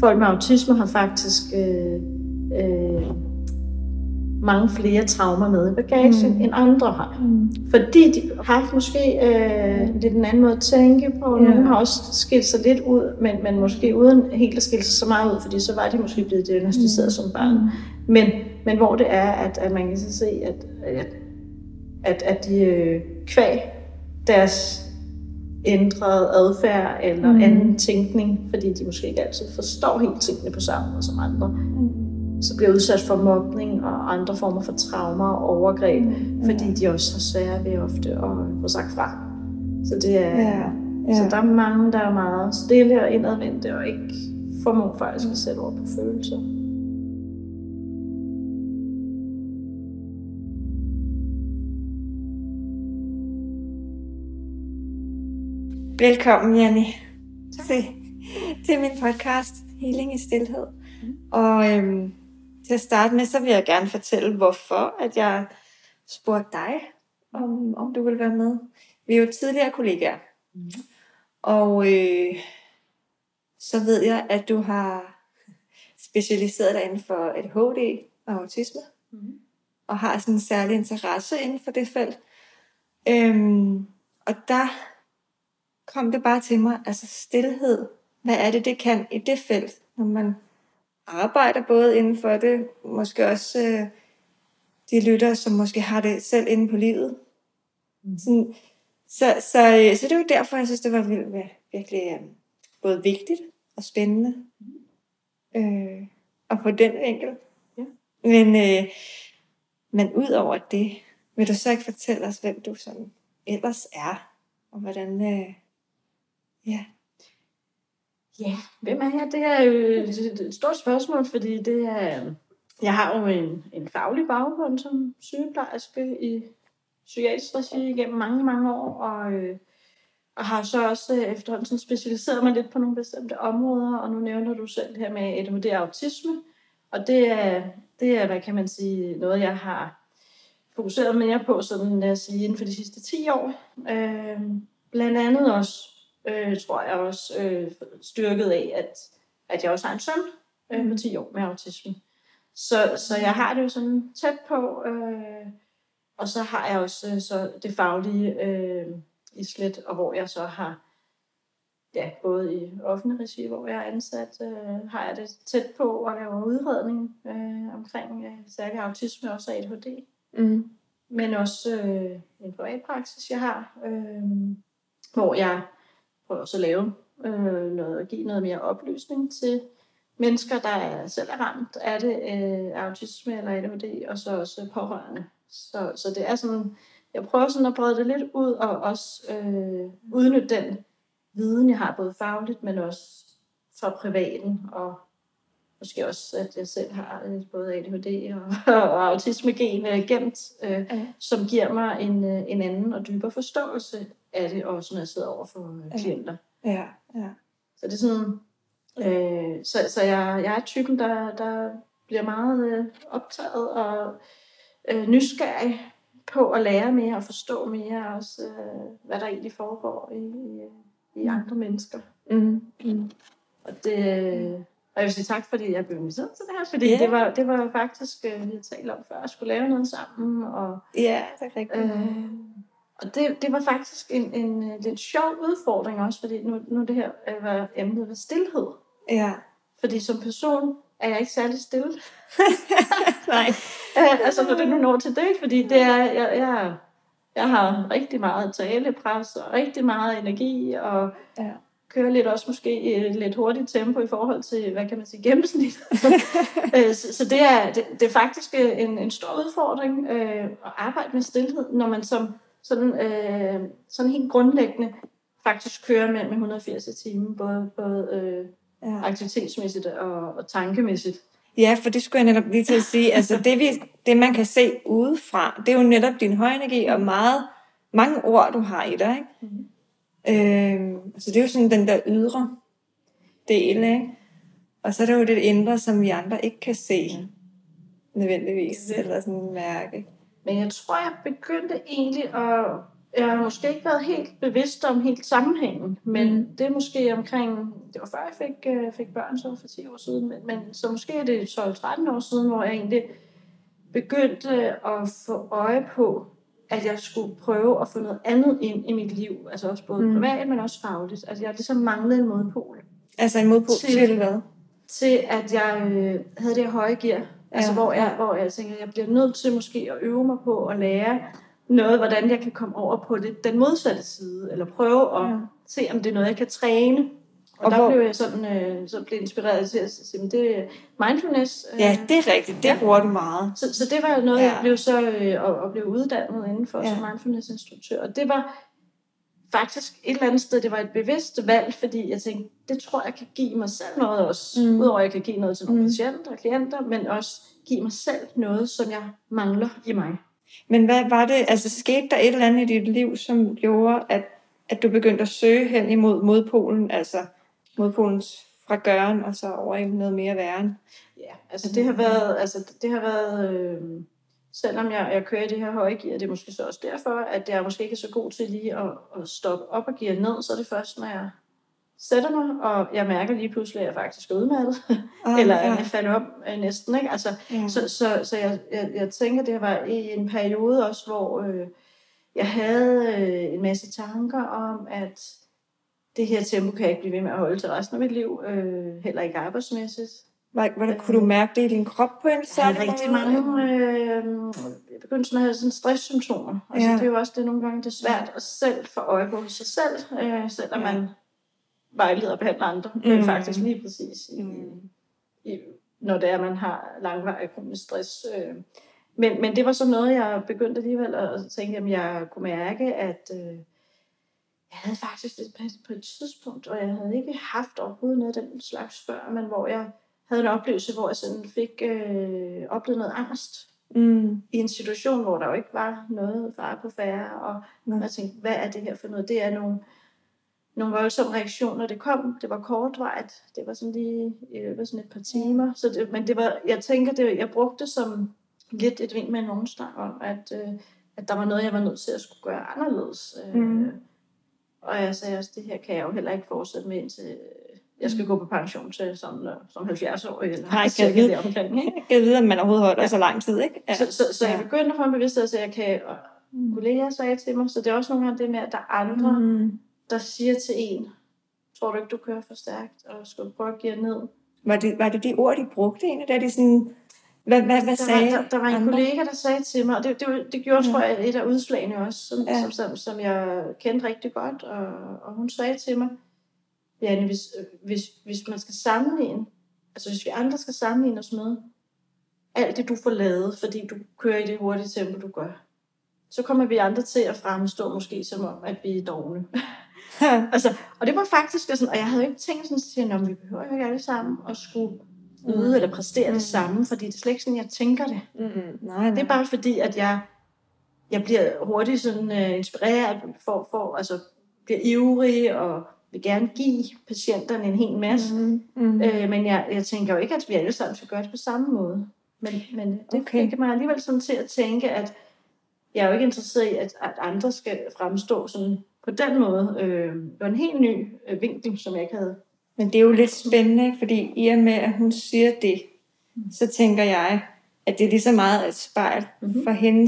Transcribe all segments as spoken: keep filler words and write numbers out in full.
folk med autisme har faktisk øh, øh, mange flere traumer med i bagagen, mm. end andre har. Mm. Fordi de har haft måske øh, lidt en anden måde at tænke på. Nogle yeah. har også skilt sig lidt ud, men, men måske uden helt at skille sig så meget ud, fordi så var de måske blevet diagnosticeret mm. som barn. Mm. Men, men hvor det er, at, at man kan så se, at, at, at, at de øh, kvæg deres ændrede adfærd eller mm. anden tænkning, fordi de måske ikke altid forstår helt tingene på samme måde som andre. Mm. Så bliver udsat for mobning og andre former for traumer og overgreb, mm. fordi de også har svære ved ofte at få sagt fra. Så det er, ja. Ja. Så der er mange, der er meget stille og indadvendte og ikke formår faktisk at sætte ord på følelser. Velkommen, Janni, til, til min podcast Healing i Stilhed. Mm. Og øhm, til at starte med, så vil jeg gerne fortælle, hvorfor at jeg spurgte dig, om, om du vil være med. Vi er jo tidligere kollegaer. Mm. Og øh, så ved jeg, at du har specialiseret dig inden for A D H D og autisme. Mm. Og har sådan en særlig interesse inden for det felt. Øhm, og der kom det bare til mig, altså stilhed. Hvad er det, det kan i det felt, når man arbejder både inden for det, måske også øh, de lyttere, som måske har det selv inde på livet. Mm. Sådan, så, så, så, så det er jo derfor, jeg synes, det var virkelig, virkelig øh, både vigtigt og spændende mm. øh, at få den vinkel. Ja. Men, øh, men ud over det, vil du så ikke fortælle os, hvem du sådan ellers er, og hvordan... Øh, ja. Ja, hvem er jeg? Det er jo et stort spørgsmål, fordi det er, jeg har jo en, en faglig baggrund som sygeplejerske i psykiatrisk regi gennem mange, mange år, og, øh, og har så også efterhånden sådan specialiseret mig lidt på nogle bestemte områder, og nu nævner du selv her med A D H D og autisme, og det er, det er, hvad kan man sige, noget jeg har fokuseret mere på, sådan lad os sige, inden for de sidste ti år. Øh, blandt andet også Øh, tror jeg også øh, styrket af, at, at jeg også har en søn øh, på ti år med autisme. Så, så jeg har det jo sådan tæt på, øh, og så har jeg også øh, så det faglige øh, i Slet, og hvor jeg så har, ja, både i offentlig regi, hvor jeg er ansat, øh, har jeg det tæt på og laver udredning øh, omkring øh, særlig autisme og også A D H D. Mm. Men også øh, en privatpraksis, jeg har, øh, hvor jeg prøver også at lave øh, noget, og give noget mere oplysning til mennesker, der selv er ramt af det, øh, autisme eller A D H D, og så også pårørende. Så, så det er sådan, jeg prøver sådan at brede det lidt ud, og også øh, udnytte den viden, jeg har, både fagligt, men også fra privaten, og måske også, at jeg selv har øh, både A D H D og, og autisme-gen øh, gemt, øh, okay. som giver mig en, øh, en anden og dybere forståelse af det, også når jeg sidder over for øh, klienter. Ja, ja. Så det er sådan, øh, så, så jeg, jeg er typen, der, der bliver meget øh, optaget og øh, nysgerrig på at lære mere og forstå mere også, øh, hvad der egentlig foregår i, i, i andre mennesker. Mm. Mm. Og det... Og jeg vil sige tak, fordi jeg blev inviteret til det her, fordi yeah. det, var, det var faktisk, øh, vi havde talt om før, at skulle lave noget sammen. Og, ja, det er rigtigt. Øh, og det, det var faktisk en, en, en lidt sjov udfordring også, fordi nu, nu det her øh, var emnet ved stilhed. Ja. Fordi som person er jeg ikke særlig stille. Nej. øh, altså når det nu når til det, fordi det er, jeg, jeg, jeg har rigtig meget talepres og rigtig meget energi og... Ja. Kører lidt også måske i et lidt hurtigt tempo i forhold til, hvad kan man sige, gennemsnit. så, så det er, det, det er faktisk en, en stor udfordring øh, at arbejde med stilhed, når man som sådan, øh, sådan helt grundlæggende faktisk kører med, med et hundrede og firs i timen, både, både øh, ja. aktivitetsmæssigt og, og tankemæssigt. Ja, for det skulle jeg netop lige til at sige. Altså det, vi, det man kan se udefra, det er jo netop din højenergi og meget, mange ord, du har i dig, ikke? Mm-hmm. Øh, så det er jo sådan den der ydre del, ikke? Og så er der jo det indre, som vi andre ikke kan se nødvendigvis, eller sådan mærke. Men jeg tror, jeg begyndte egentlig at, jeg har måske ikke været helt bevidst om helt sammenhængen, men mm. det er måske omkring, det var før jeg fik, øh, fik børn, så for ti år siden, men, men så måske er det tolv tretten år siden, hvor jeg egentlig begyndte at få øje på, at jeg skulle prøve at få noget andet ind i mit liv, altså også både mm. privat, men også fagligt. Altså jeg ligesom manglede en modpol. Altså en modpol til, til hvad? Til at jeg øh, havde det høje gear, ja. Altså hvor jeg, hvor jeg tænker, jeg bliver nødt til måske at øve mig på at lære noget, hvordan jeg kan komme over på det, den modsatte side, eller prøve at ja. se, om det er noget, jeg kan træne. Og, og der hvor... blev jeg sådan, øh, så blev inspireret til at sige, det er mindfulness. Øh, ja, det er rigtigt. Det ja. bruger du meget. Så, så det var noget, ja. jeg blev så øh, og, og blev uddannet indenfor ja. som mindfulness-instruktør. Og det var faktisk et eller andet sted, det var et bevidst valg, fordi jeg tænkte, det tror jeg kan give mig selv noget også. Mm. Udover at jeg kan give noget til nogle mm. patienter og klienter, men også give mig selv noget, som jeg mangler i mig. Men hvad var det, altså skete der et eller andet i dit liv, som gjorde, at, at du begyndte at søge hen imod modpolen, altså modpolens fra gøren, og så over i noget mere væren? Ja, altså det har været, altså det har været, øh, selvom jeg, jeg kører i det her høje gear, det er måske så også derfor, at jeg måske ikke er så god til lige at, at stoppe op og gear ned, så er det først, når jeg sætter mig, og jeg mærker lige pludselig, at jeg faktisk er udmattet, oh, eller at ja. jeg falder om øh, næsten, ikke? Altså, ja. Så, så, så jeg, jeg, jeg tænker, det var i en periode også, hvor øh, jeg havde øh, en masse tanker om, at det her tempo kan jeg ikke blive ved med at holde til resten af mit liv, øh, heller ikke arbejdsmæssigt. Hvad, hvad, kunne du mærke det i din krop på en Jeg havde rigtig mange, øh, jeg begyndte sådan at have sådan stresssymptomer. Altså, ja. Det er jo også det nogle gange, det er svært at selv få øje på sig selv, øh, selvom ja. man vejleder og behandler andre, mm. faktisk lige præcis, i, mm. i, når det er, man har langvarig kronisk stress. Øh. Men, men det var så noget, jeg begyndte alligevel at tænke, at jeg kunne mærke, at øh, jeg havde faktisk et, på et tidspunkt, og jeg havde ikke haft overhovedet noget af den slags før, men hvor jeg havde en oplevelse, hvor jeg sådan fik øh, oplevet noget angst mm. i en situation, hvor der jo ikke var noget fare på færre, og mm. jeg tænkte, hvad er det her for noget? Det er nogle nogle voldsomme reaktioner, det kom. Det var kortvarigt. Det var sådan lige i løbet af sådan et par timer. Så det, men det var, jeg tænker, det, jeg brugte det som lidt et vink med en vognstang om, at, øh, at der var noget, jeg var nødt til at skulle gøre anderledes. Mm. Øh, og jeg sagde også, det her kan jeg jo heller ikke fortsætte med, indtil jeg skal gå på pension til som, som halvfjerds år. Eller Nej, jeg kan vide, jeg kan vide, at man overhovedet holder ja. så lang tid, ikke? Ja. Så, så, så jeg begyndte at få en bevidsthed, så jeg kan, og kolleger sagde til mig, så det er også nogle gange det med, at der er andre, mm. der siger til en, tror du ikke, du kører for stærkt, og skal prøve at give ned? Var det, var det de ord, de brugte egentlig? Der, de sådan, hvad, hvad, hvad der sagde var, der, der var en andre? kollega, der sagde til mig, og det, det, det gjorde, ja. tror jeg, et af udslagene også, som, ja. som, som, som jeg kendte rigtig godt, og, og hun sagde til mig, Janne, hvis, hvis, hvis man skal sammenligne, altså hvis vi andre skal sammenligne os med alt det, du får lavet, fordi du kører i det hurtige tempo, du gør, så kommer vi andre til at fremstå måske som om, at vi er dovne. altså, og det var faktisk sådan, og jeg havde jo ikke tænkt sådan, at vi behøver jo ikke alle sammen at skulle yde mm. eller præstere mm. det samme, fordi det er slet ikke sådan, jeg tænker det. Mm. Nej, nej. Det er bare fordi, at jeg, jeg bliver hurtigt sådan uh, inspireret, for, for, altså bliver ivrig og vil gerne give patienterne en hel masse. Mm. Mm. Øh, men jeg, jeg tænker jo ikke, at vi alle sammen skal gøre det på samme måde. Men, men det okay. fik mig alligevel sådan til at tænke, at jeg er jo ikke interesseret i, at, at andre skal fremstå sådan på den måde. Øh, det var en helt ny øh, vinkel, som jeg ikke havde. Men det er jo lidt spændende, ikke? Fordi i og med, at hun siger det, mm. så tænker jeg, at det er lige så meget et spejl mm-hmm. for hendes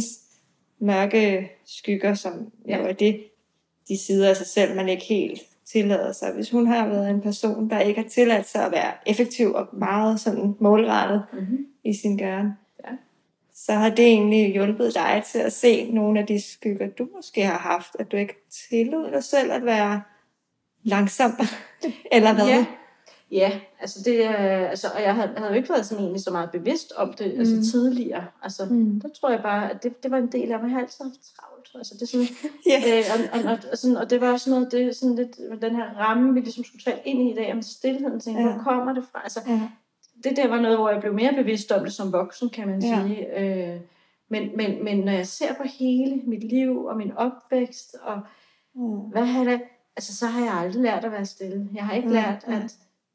mørke skygger, som ja. jo er det, de sider af sig selv, man ikke helt tillader sig. Hvis hun har været en person, der ikke har tilladt sig at være effektiv og meget sådan målrettet mm-hmm. i sin gøren, ja. så har det egentlig hjulpet dig til at se nogle af de skygger, du måske har haft, at du ikke tillod dig selv at være langsom, eller hvad? Ja, ja altså det er, altså, og jeg havde, havde jo ikke været sådan egentlig så meget bevidst om det mm. altså tidligere. Altså, mm. der tror jeg bare, at det, det var en del af mig. Jeg har altid haft travlt. Altså, det er sådan, yeah. øh, og, og, og, sådan, og det var også noget, det er sådan lidt, den her ramme, vi ligesom skulle tale ind i i dag, om stillheden, tænkte, ja. hvor kommer det fra? Altså, ja. det der var noget, hvor jeg blev mere bevidst om det som voksen, kan man ja. sige. Øh, men, men, men når jeg ser på hele mit liv, og min opvækst, og mm. hvad har det, altså så har jeg aldrig lært at være stille. Jeg har ikke mm. lært at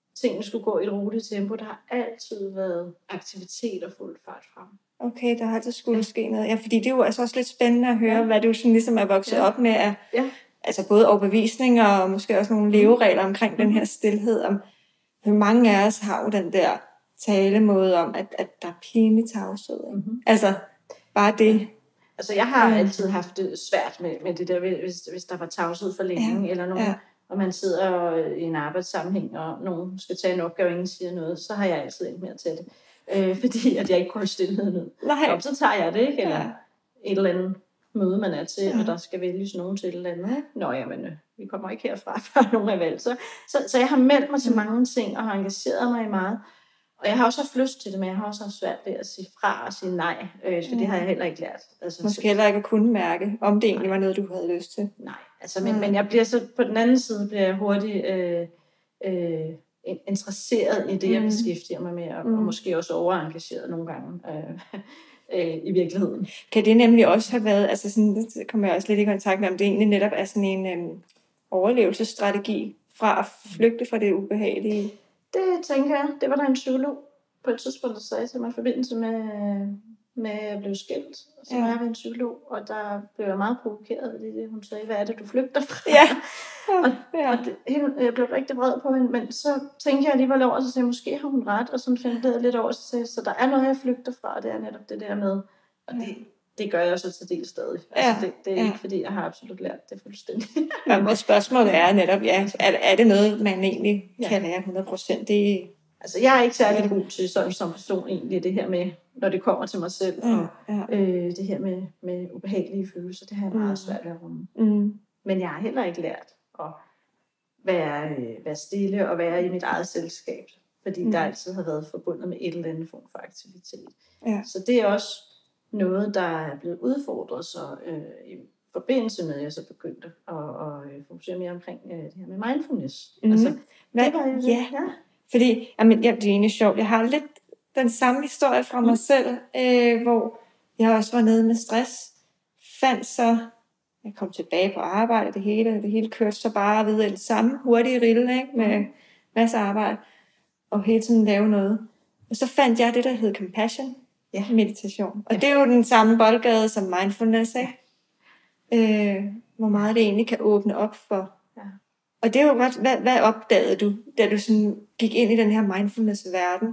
tingene skulle gå i et roligt tempo. Der har altid været aktivitet og fuld fart frem. Okay, der har altid skulle ja. ske noget. Ja, fordi det er jo altså også lidt spændende at høre, ja. hvad du sådan ligesom er vokset ja. op med af, ja. altså både overbevisninger og måske også nogle leveregler omkring mm. den her stilhed. Om, hvor mange af os har jo den der talemåde om, at, at der er pinlig tavshed. Mm-hmm. Altså, bare det. Altså, jeg har ja. altid haft det svært med, med det der, hvis, hvis der var tavshed for længe, ja. eller nogen, ja. og man sidder i en arbejdssammenhæng, og nogen skal tage en opgave, og ingen siger noget, så har jeg altid endt med at tage det. Øh, fordi at jeg ikke kunne stillheden ud. Og så tager jeg det, ikke? Eller ja. et eller andet møde, man er til, ja. og der skal vælges nogen til et eller andet. Ikke? Nå, jamen, vi kommer ikke herfra, før nogen er valgt. Så, så, så jeg har meldt mig til mange ting, og har engageret mig i meget. Og jeg har også haft lyst til det, men jeg har også haft svært ved at sige fra og sige nej, øh, for ja. det har jeg heller ikke lært. Altså, Måske heller ikke at kunne mærke, om det egentlig nej. var noget, du havde lyst til. Nej, altså, men, ja. men jeg bliver så, på den anden side bliver jeg hurtigt øh, øh, interesseret i det, jeg beskæftiger mig med, og, mm. og måske også overengageret nogle gange øh, øh, i virkeligheden. Kan det nemlig også have været, altså sådan, det kommer jeg også lidt i kontakt med, om det egentlig netop er sådan en øh, overlevelsesstrategi fra at flygte fra det ubehagelige? Det tænker jeg. Det var der en psykolog på et tidspunkt, der sagde til mig i forbindelse med, med at jeg blev skilt. Så ja. var jeg ved en psykolog, og der blev jeg meget provokeret af det. Hun sagde, hvad er det, du flygter fra? Ja. og ja. og det, jeg blev rigtig vred på hende, men så tænkte jeg alligevel over, så sagde jeg, måske har hun ret, og sådan fandt jeg lidt over, så sagde så der er noget, jeg flygter fra, og det er netop det der med, og det, det gør jeg så til del stadig. Altså, ja. det, det er ja. ikke, fordi jeg har absolut lært det fuldstændig. Men spørgsmålet er netop, ja, er, er det noget, man egentlig ja. kan lære hundrede procent? Det Altså, jeg er ikke særlig god til sådan som person egentlig, det her med, når det kommer til mig selv, og ja, ja. Øh, det her med, med ubehagelige følelser, det har jeg meget svært ved at rumme. Mm. Men jeg har heller ikke lært at være, øh, være stille og være i mit eget selskab, fordi mm. der altid har været forbundet med et eller andet form for aktivitet. Ja. Så det er også noget, der er blevet udfordret så øh, i forbindelse med, at jeg så begyndte at, at, at fokusere mere omkring øh, det her med mindfulness. Mm. Altså, Hvad? Det var, ja. ja. Fordi, jamen, ja, det er egentlig sjovt. Jeg har lidt den samme historie fra mig mm. selv, øh, hvor jeg også var nede med stress. Fandt så, jeg kom tilbage på arbejde, det hele, det hele kørte så bare ved det samme hurtige rille, ikke? Med mm. masser af arbejde, og hele tiden lave noget. Og så fandt jeg det, der hed compassion, ja. meditation. Og ja. det er jo den samme boldgade som mindfulness, ikke? Øh, hvor meget det egentlig kan åbne op for. Ja. Og det er jo godt, hvad, hvad opdagede du, da du sådan gik ind i den her mindfulness-verden,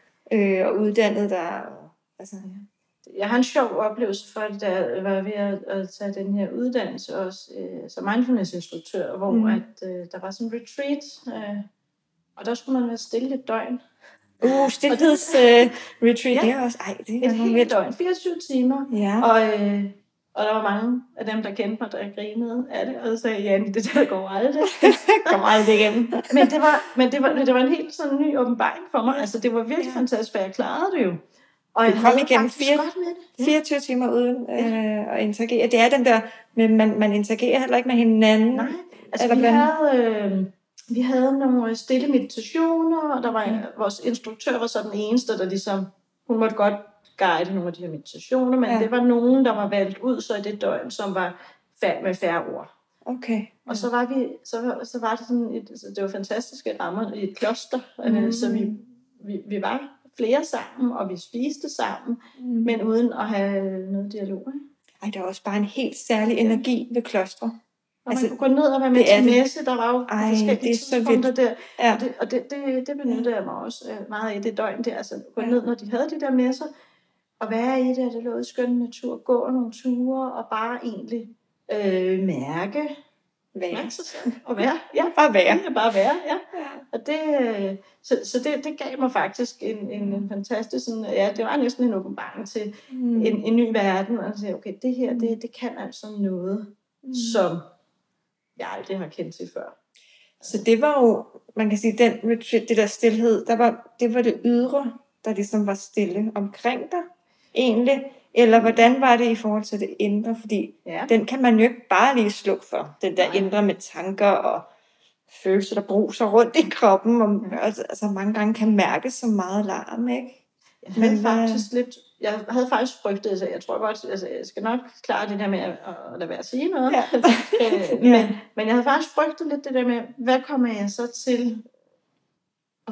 øh, og uddannede dig? Altså, ja. Jeg har en sjov oplevelse for det, da jeg var ved at, at tage den her uddannelse også, øh, som mindfulness-instruktør, hvor mm. at, øh, der var sådan en retreat, øh, og der skulle man være stille et døgn. Uh, stillheds-retreat, uh, ja. det er også, ej, det er et helt døgn, fireogtyve timer, ja. og... Øh, Og der var mange af dem, der kendte mig, der grinede af det, og så sagde Janne, det der går aldrig. kommer aldrig igennem. men det var, men det var, det var en helt sådan ny åbenbaring for mig. Altså, det var virkelig ja. fantastisk, for jeg klarede det jo. Og jeg kom igennem fire, fireogtyve timer uden øh, at interagere. Det er den der, men man, man interagerer heller ikke med hinanden. Nej, altså eller vi, havde, øh, vi havde nogle stille meditationer, og der var ja. vores instruktør var så den eneste, der ligesom, hun måtte godt guide nogle af de her meditationer, men ja. det var nogen, der var valgt ud så i det døgn, som var færd med færre ord. Okay. Ja. Og så var vi, så, så var det sådan, et, altså det var fantastiske rammer i et kloster, mm. så vi, vi, vi var flere sammen, og vi spiste sammen, mm. men uden at have noget dialog. Ikke? Ej, der var også bare en helt særlig energi ved klostre. Og altså, man kunne gå ned og være med til messe, der var jo Ej, forskellige tidspunkter der, ja. og, det, og det, det, det benyttede jeg mig også meget af det døgn der, altså gå ned, når de havde de der messer, og være i det, det lå i skøn natur, gå nogle ture, og bare egentlig øh, mærke, være. mærke sig selv, og være, ja, bare være, ja, bare være, ja. ja. Og det, så, så det, det gav mig faktisk en, en, en fantastisk, sådan, ja, det var næsten en åbenbaring til mm. en, en ny verden, og sige, okay, det her, det, det kan altså noget, mm. som jeg aldrig har kendt til før. Så det var jo, man kan sige, den retreat, det der stillhed, der var, det var det ydre, der ligesom var stille omkring dig, egentlig, eller hvordan var det i forhold til det indre, fordi ja. den kan man jo ikke bare lige slukke for, den der Nej. indre med tanker og følelser, der bruser rundt i kroppen, og ja. altså, altså mange gange kan mærke så meget larm, ikke? Jeg havde Men, faktisk lidt, jeg havde faktisk frygtet, altså jeg tror godt, altså jeg skal nok klare det der med at, at lade være at sige noget, ja. men, ja. men jeg havde faktisk frygtet lidt det der med, hvad kommer jeg så til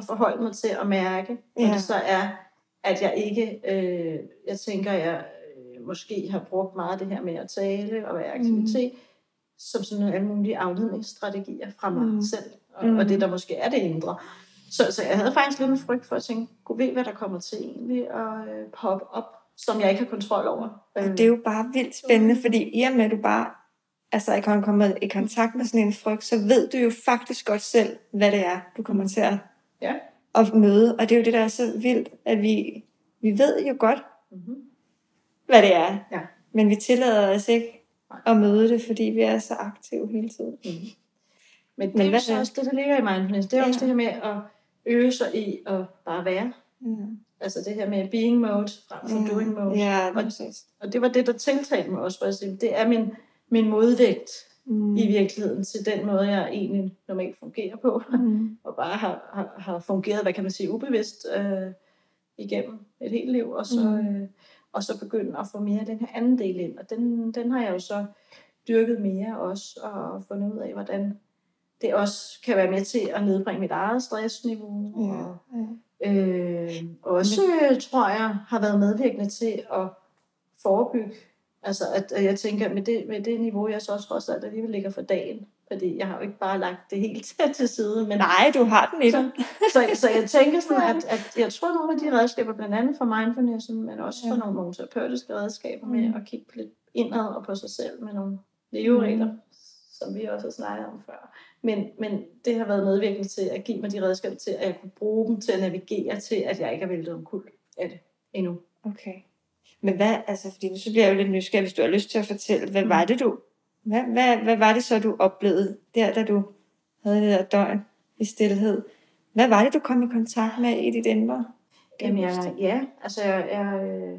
at forholde mig til at mærke, og Ja. det så er, at jeg ikke, øh, jeg tænker, jeg øh, måske har brugt meget det her med at tale og være aktivitet, mm. som sådan nogle alle mulige afledningsstrategier fra mig Mm. selv, og, Mm. og det, der måske er det indre. Så, så jeg havde faktisk lidt en frygt for at tænke, gud ved, hvad der kommer til egentlig at øh, poppe op, som jeg ikke har kontrol over. Og det er jo bare vildt spændende, fordi i og med, at du bare altså, jeg kan komme i kontakt med sådan en frygt, så ved du jo faktisk godt selv, hvad det er, du kommer til at, ja. at møde. Og det er jo det, der er så vildt, at vi, vi ved jo godt, mm-hmm. hvad det er. Ja. Men vi tillader os ikke at møde det, fordi vi er så aktive hele tiden. Mm-hmm. Men det Men er jo så også det, der ligger i mindfulness. Det er ja. også det her med at øve sig i at bare være. Mm. Altså det her med being mode frem for ja. doing mode. Ja, og, og det var det, der tiltalte mig også. For at sige, det er min, min modvægt mm. i virkeligheden til den måde, jeg egentlig normalt fungerer på. Mm. og bare har, har, har fungeret, hvad kan man sige, ubevidst øh, igennem et helt liv. Og så, mm. øh, og så begynde at få mere af den her anden del ind. Og den, den har jeg jo så dyrket mere også, og fundet ud af, hvordan det også kan være med til at nedbringe mit eget stressniveau. Ja, og ja. Øh, også, Men... tror jeg, har været medvirkende til at forebygge. Altså, at, at jeg tænker, med det, med det niveau, jeg så trods alt alligevel ligger for dagen. Fordi jeg har jo ikke bare lagt det helt til side. Men nej, du har den i dig. Så, så, så jeg tænker sådan, at, at jeg tror, nogle af de redskaber, blandt andet for mindfulness, men også for ja. nogle, nogle terapeutiske redskaber, med mm. at kigge lidt indad og på sig selv med nogle leveregler, mm. som vi også har snakket om før. Men, men det har været medvirkende til at give mig de redskaber til, at jeg kunne bruge dem til at navigere til, at jeg ikke er væltet omkuld af det endnu. Okay. Men hvad, altså, fordi så bliver jeg jo lidt nysgerrig, hvis du har lyst til at fortælle, hvad var det du, hvad, hvad, hvad var det så, du oplevede der, da du havde det der døgn i stilhed? Hvad var det, du kom i kontakt med i dit indre? Jamen, jeg, ja, altså, jeg, jeg,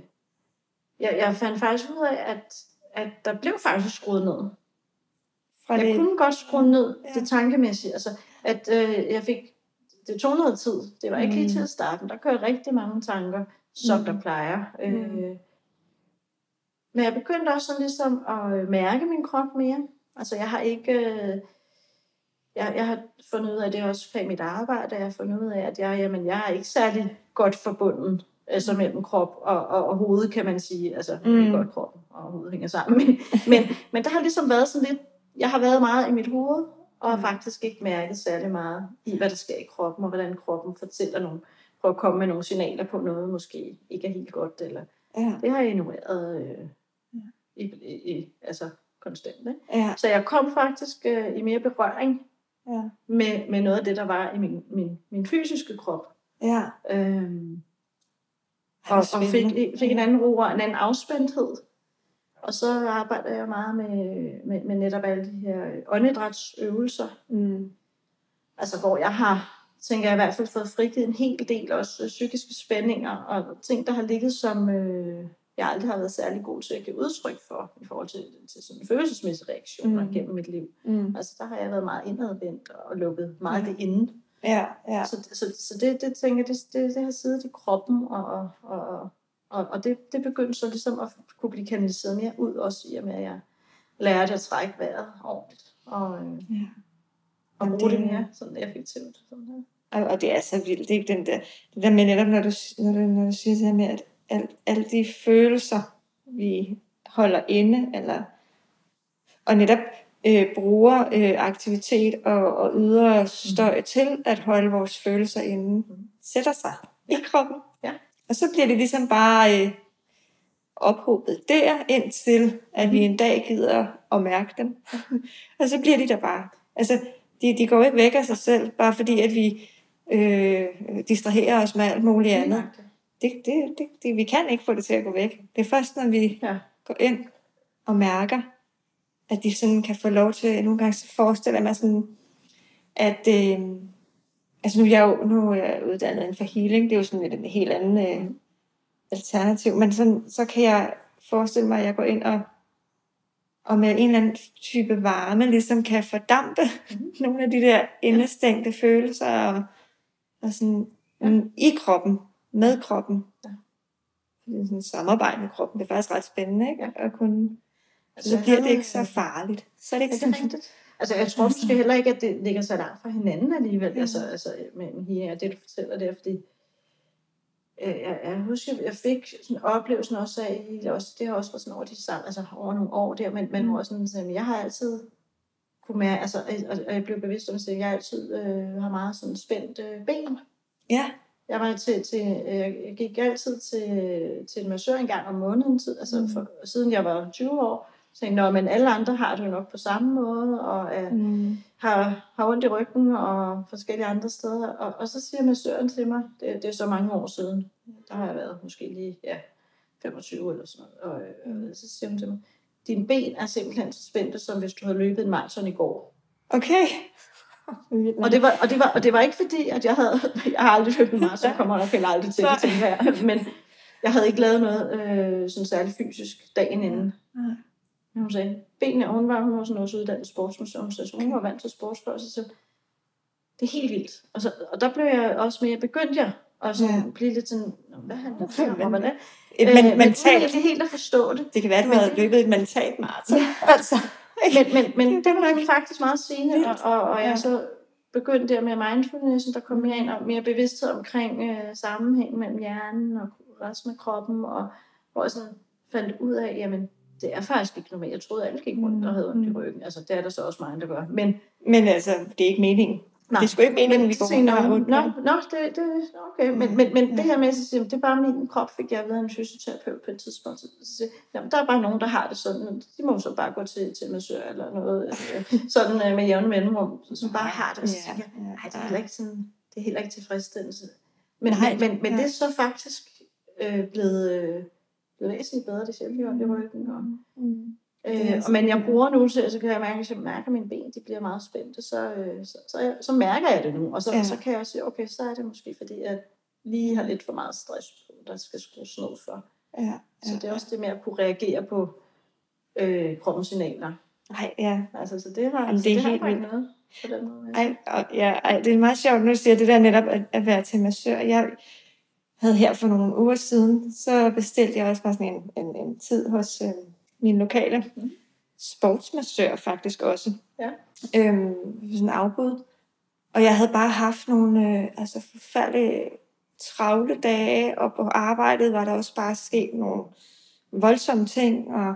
jeg, jeg fandt faktisk ud af, at, at der blev faktisk skruet ned. Fra jeg det... kunne godt skrue ned ja. det tankemæssige, altså, at øh, jeg fik, det tog noget tid, det var ikke mm. lige til at starte, der kørte rigtig mange tanker, som mm. der plejer. Mm. Øh, men jeg begyndte også sådan ligesom at mærke min krop mere. Altså jeg har ikke, øh, jeg, jeg har fundet ud af, det er også fra mit arbejde, jeg har fundet ud af, at jeg, jamen, jeg er ikke særlig godt forbundet, altså mellem krop og, og, og hoved, kan man sige. Altså mm. det er godt, kroppen og hovedet hænger sammen. Men, men, men der har ligesom været sådan lidt, jeg har været meget i mit hoved, og har faktisk ikke mærket særlig meget i, hvad der sker i kroppen, og hvordan kroppen fortæller nogle, prøver at komme med nogle signaler på noget, måske ikke er helt godt, eller ja. det har jeg ignoreret øh, ja. i, i, i, altså konstant. Ikke? Ja. Så jeg kom faktisk øh, i mere berøring ja. med, med noget af det, der var i min, min, min fysiske krop. Ja. Øhm, og og fik, fik en anden ro og en anden afspændthed. Og så arbejder jeg meget med, med, med netop alle de her åndedrætsøvelser. Mm. Altså hvor jeg har, tænker jeg i hvert fald, fået frigivet en hel del også psykiske spændinger og ting, der har ligget som, øh, jeg aldrig har været særlig god til at give udtryk for, i forhold til, til sådan følelsesmæssige reaktioner mm. gennem mit liv. Mm. Altså der har jeg været meget indadvendt og lukket meget ja. det inde. Ja, ja. Så, så, så det, det tænker jeg, det, det, det har siddet i kroppen, og, og, og, og, og det, det begyndte så ligesom at kunne blive kanaliseret mere ud, også i og med, at jeg lærte at trække vejret ordentligt, og, ja. og bruge det, det mere sådan effektivt. Sådan her. Og, og det er så vildt, ikke? Den der, det der med netop, når du, når du, når du siger det her med, at al, alle de følelser, vi holder inde, eller, og netop øh, bruger øh, aktivitet og, og ydre støj mm. til at holde vores følelser inde, mm. sætter sig i kroppen. Ja. Og så bliver det ligesom bare øh, ophobet der, indtil at mm. vi en dag gider at mærke dem. Og så bliver de der bare. Altså, de, de går ikke væk af sig selv, bare fordi at vi øh, distraherer os med alt muligt andet. Det, det, det, det, vi kan ikke få det til at gå væk. Det er først, når vi ja. går ind og mærker, at de sådan kan få lov til, nogle gange så forestiller jeg mig sådan, at øh, altså nu er jeg jo nu er jeg uddannet inden for healing, det er jo sådan en helt anden øh, alternativ, men sådan, så kan jeg forestille mig, at jeg går ind og, og med en eller anden type varme, ligesom kan fordampe mm. nogle af de der indestængte følelser, og, og sådan ja. i kroppen, med kroppen. Ja. Det er sådan et samarbejde med kroppen, det er faktisk ret spændende, ikke? Ja. At kunne, altså, så bliver det ikke så farligt. Så er det ikke så rigtigt. Altså, jeg tror Altså. måske heller ikke, at det ligger så langt fra hinanden alligevel, Ja. altså, altså med, med Hia og det, du fortæller der, fordi øh, jeg, jeg husker, jeg fik sådan oplevelsen også af, det, også, det har også været sådan over, de sammen, altså over nogle år der, men, men Mm. hvor sådan, så, jeg har altid kunne mærke, altså, og, og jeg blev bevidst om, at jeg altid øh, har meget sådan spændt øh, ben. Ja. Jeg var til, til øh, jeg gik altid til, til en massør en gang om måneden, tid, altså Mm. for, siden jeg var tyve år. Så tænkte jeg, men alle andre har det jo nok på samme måde, og er, Mm. har, har ondt i ryggen og forskellige andre steder. Og, og så siger massøren til mig, det, det er så mange år siden, der har jeg været måske lige ja, femogtyve eller sådan noget, og, Mm. og så siger hun til mig, dine ben er simpelthen så spændte, som hvis du havde løbet en maraton i går. Okay. Og det, var, og, det var, og det var ikke fordi, at jeg havde, jeg har aldrig løbet en maraton, kommer nok heller aldrig til det, tænker jeg, men jeg havde ikke lavet noget øh, sådan særligt fysisk dagen inden. Nej. Hun sagde, benene, hun var, hun var sådan også uddannet sportsmuseum, så hun var vant til sportsfør, så sagde, det er helt vildt. Og, så, og der blev jeg også mere, begyndte jeg at sådan, Ja. blive lidt sådan, hvad handler det om, hvordan er? Et Øh, men, men mentalt. det er helt at forstå det. Det kan være, at du Men- havde løbet et mentalt maraton. Altså. Men, men, men det var faktisk meget sigende, og, og, og jeg Ja. så begyndte der med mindfulness, der kom mere ind og mere bevidsthed omkring øh, sammenhæng mellem hjernen og resten af kroppen, og hvor jeg sådan fandt ud af, jamen, det er faktisk ikke normalt. Jeg troede, at alle gik rundt og havde ondt i Mm. ryggen. Altså, det er der så også mange, der gør. Men Men altså, det er ikke meningen. nej, Det er sgu ikke meningen, vi så går tænkte rundt og har jeg, ondt. Nå, nå det, det, okay. Men, men, men Ja. det her med, at sige, det er bare min krop, fik jeg ved af en fysioterapeut på et tidspunkt. Så siger, jamen, der er bare nogen, der har det sådan. De må så bare gå til, til massør eller noget, øh, sådan øh, med jævne mellemrum, som bare har det. Og så Ja, tænker jeg, ja, nej, det er ja. heller ikke sådan, det er heller ikke tilfredsstillelse. Men, Nej, men, men, men ja. det er så faktisk øh, blevet, øh, blevet væsentligt bedre, det sjældent gjort i ryggen. Og, Mm. Det er Øh, sådan, men jeg ja. bruger nu, så, så kan jeg mærke, at jeg mærker, at mine ben de bliver meget spændte, så, øh, så, så, jeg, så mærker jeg det nu. Og så, Ja. ja. så kan jeg også sige, okay, så er det måske, fordi jeg lige har lidt for meget stress på, der skal skrues ned for. Ja, Så ja, det er også det med at kunne reagere på øh, kroppens signaler. Nej, ja. Altså, så det har, Jamen, så det er det har helt bare ikke vildt. noget på den måde. Ej, og, ja, ej, det er meget sjovt, nu siger det der netop at, at være til massør. Jeg havde her for nogle uger siden, så bestilte jeg også bare sådan en, en, en tid hos øh, min lokale Mm. sportsmassør faktisk også. Ja. Øhm, sådan en afbud. Og jeg havde bare haft nogle øh, altså forfærdelige travle dage, og på arbejdet var der også bare sket nogle voldsomme ting, og,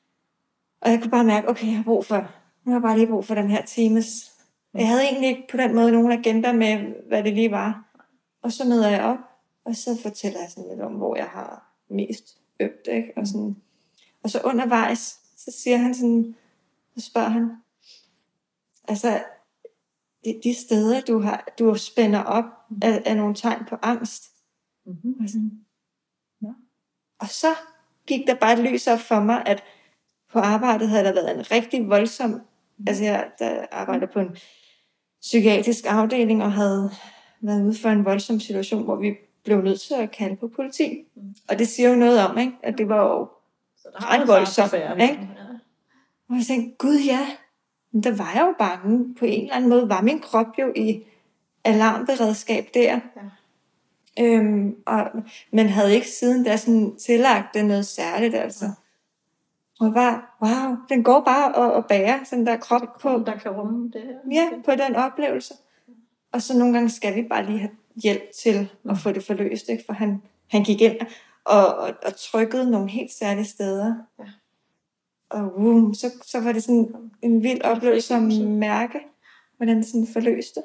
og jeg kunne bare mærke, okay, jeg har brug for, nu har jeg bare lige brug for den her times. Jeg havde egentlig ikke på den måde nogen agenda med, hvad det lige var. Og så møder jeg op, og så fortæller jeg sådan lidt om, hvor jeg har mest øbt, ikke? Og, sådan. Og så undervejs, så siger han sådan, så spørger han, altså, de, de steder, du, har, du spænder op, er, er nogle tegn på angst. Mm-hmm. Og, sådan, Nå. Og så gik der bare et lys op for mig, at på arbejdet havde der været en rigtig voldsom, altså jeg der arbejder på en psykiatrisk afdeling, og havde været ude for en voldsom situation, hvor vi blev nødt til at kalde på politi. Mm. Og det siger jo noget om, ikke? At det var jo Så der ret været voldsomt, fart på færden, ikke? Ja. Og jeg tænkte, gud ja, men der var jeg jo bange. På en eller anden måde var min krop jo i alarmberedskab der. Ja. Øhm, og, men havde ikke siden da sådan tillagt det noget særligt, altså. Og bare, wow, den går bare og, og bærer sådan der krop på, Der kan rumme det her. ja, på den oplevelse. Og så nogle gange skal vi bare lige have hjælp til at få det forløst, ikke? For han, han gik ind og, og, og trykkede nogle helt særlige steder. Ja. Og um, så, så var det sådan en vild oplevelse at mærke, hvordan det sådan forløste.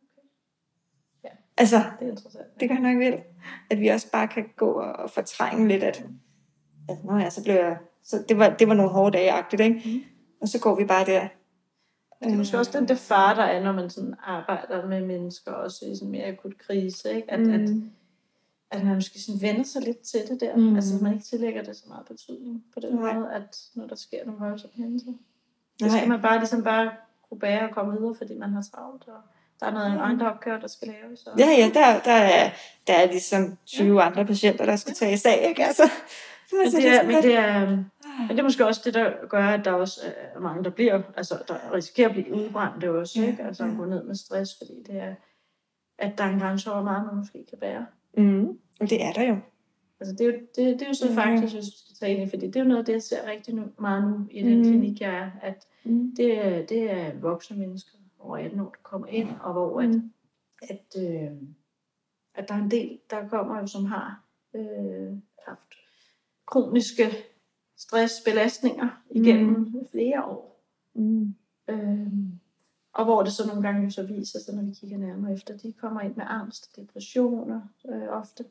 Ja. Altså, Det er interessant. det gør nok vildt, at vi også bare kan gå og, og fortrænge lidt, at, at nå ja, så blev jeg, så det var, det var nogle hårde dage-agtigt, ikke? Mm. Og så går vi bare der. Det er måske også den der far, der er, når man sådan arbejder med mennesker, også i sådan mere akut krise, ikke? At, mm. at, at man måske sådan vender sig lidt til det der. Mm. Altså, at man ikke tillægger det så meget betydning på den Nej. måde, at når der sker nogle voldsomme hændelser. Det Nej. skal man bare ligesom bare kunne bære og komme videre, fordi man har travlt, og der er noget Mm. andre opgaver, der skal laves. Og... Ja, ja, der, der, er, der er ligesom tyve ja. andre patienter, der skal tages af, ikke? Altså, Men så det, er, sådan men, lidt- det er, men det er måske også det, der gør, at der også er mange, der bliver, altså der risikerer at blive udbrændt også, Ja, ikke? Altså ja. at gå ned med stress, fordi det er, at der er en grænse over hvor meget, man måske kan bære. Mm, og det er der jo. Altså, det er jo, det, det er jo så Mhm. faktisk, hvis du skal tage ind i, fordi det er jo noget af det, jeg ser rigtig nu, meget nu i den Mhm. klinik, jeg er, at Mm. det er, det er voksne mennesker over atten år, der kommer ind, og hvor at, Mm. at, øh, at der er en del, der kommer jo, som har øh, haft kroniske stressbelastninger igennem mm. flere år. Mm. Øh, og hvor det så nogle gange så viser sig, når vi kigger nærmere efter, de kommer ind med angst og depressioner øh, ofte.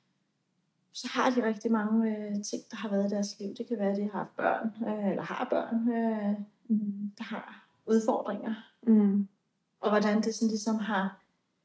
Så har de rigtig mange øh, ting, der har været i deres liv. Det kan være, at de har haft børn, øh, eller har børn, øh, Mm. der har udfordringer. Mm. Og hvordan det sådan ligesom har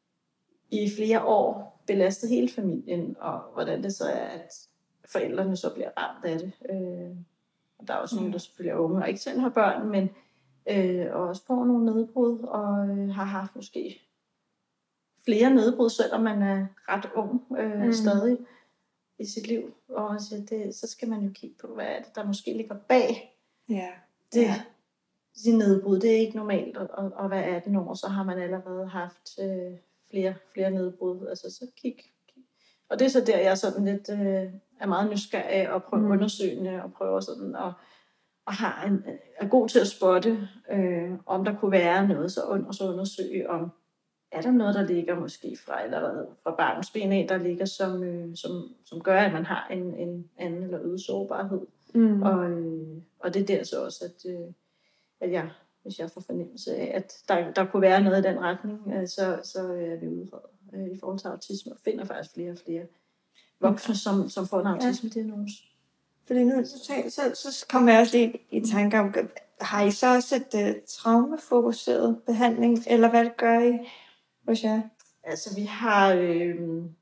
i flere år belastet hele familien, og hvordan det så er, at forældrene så bliver ramt af det. Øh, og der er også mm. nogen, der selvfølgelig er unge og ikke selv har børn, men øh, og også får nogle nedbrud, og øh, har haft måske flere nedbrud, selvom man er ret ung øh, mm. stadig i sit liv. Og så, det, så skal man jo kigge på, hvad er det, der måske ligger bag Ja. det, Ja. sin nedbrud. Det er ikke normalt, og, og, og hvad atten år, så har man allerede haft øh, flere, flere nedbrud. Altså så kig, kig. Og det er så der, jeg sådan lidt øh, er meget nysgerrig og prøver mm. undersøgende og prøver sådan at og har en, er god til at spotte, øh, om der kunne være noget, så, und, og så undersøge, om er der noget, der ligger måske fra, eller fra barnets ben af, der ligger, som, øh, som, som gør, at man har en, en anden eller øget sårbarhed. Mm. Og, øh, og det er der så også, at, øh, at jeg, hvis jeg får fornemmelse af, at der, der kunne være noget i den retning, øh, så, så er vi udredet øh, i forhold til autisme, og finder faktisk flere og flere voksne, som, som får en autisme-diagnose. Fordi nu så, så, så kommer jeg også lige i tanke om, har I så også et uh, traumefokuseret behandling, eller hvad det gør I hos jer? Altså vi har, øh,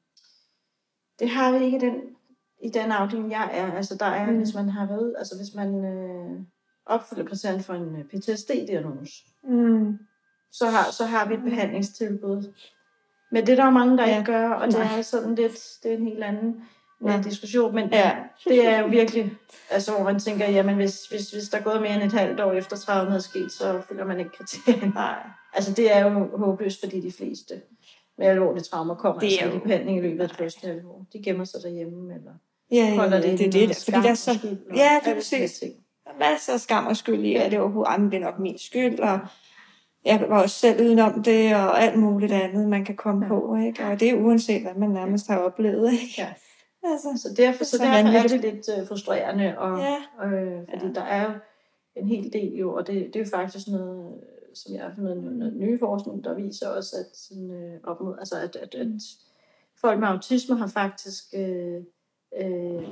det har vi ikke i den, i den afdeling, jeg er. Altså der er, mm. hvis man har været, altså hvis man øh, opfylder kriterierne for en P T S D-diagnose, mm. så, har, så har vi et behandlingstilbud. Men det er der jo mange, der ja. ikke gør, og det er sådan lidt, det er en helt anden ja. diskussion, men ja. det er jo virkelig, altså hvor man tænker, jamen hvis, hvis, hvis der er gået mere end et halvt år efter traumet er sket, så følger man ikke kriterierne. Nej. Altså det er jo håbløst, fordi de fleste med alvorlige traumer kommer altså jo i behandling i løbet af det første halve år. De gemmer sig derhjemme, eller ja, ja, ja, holder det, det, det, det fordi der er så, skyld, ja, det er præcis. Der er masser af skam og skyld i, ja. at det overhovedet, det er nok min skyld, og jeg var også selv udenom det, og alt muligt andet, man kan komme ja. på, ikke? Og det er uanset, hvad man nærmest har oplevet, ikke? Ja. Altså, så derfor, så derfor er det lidt uh, frustrerende, og, ja. øh, fordi ja. der er jo en hel del jo, og det, det er jo faktisk noget, som jeg har fundet noget, noget nye forskning, der viser også, at, sådan, øh, op mod, altså at, at, at folk med autisme har faktisk øh, øh,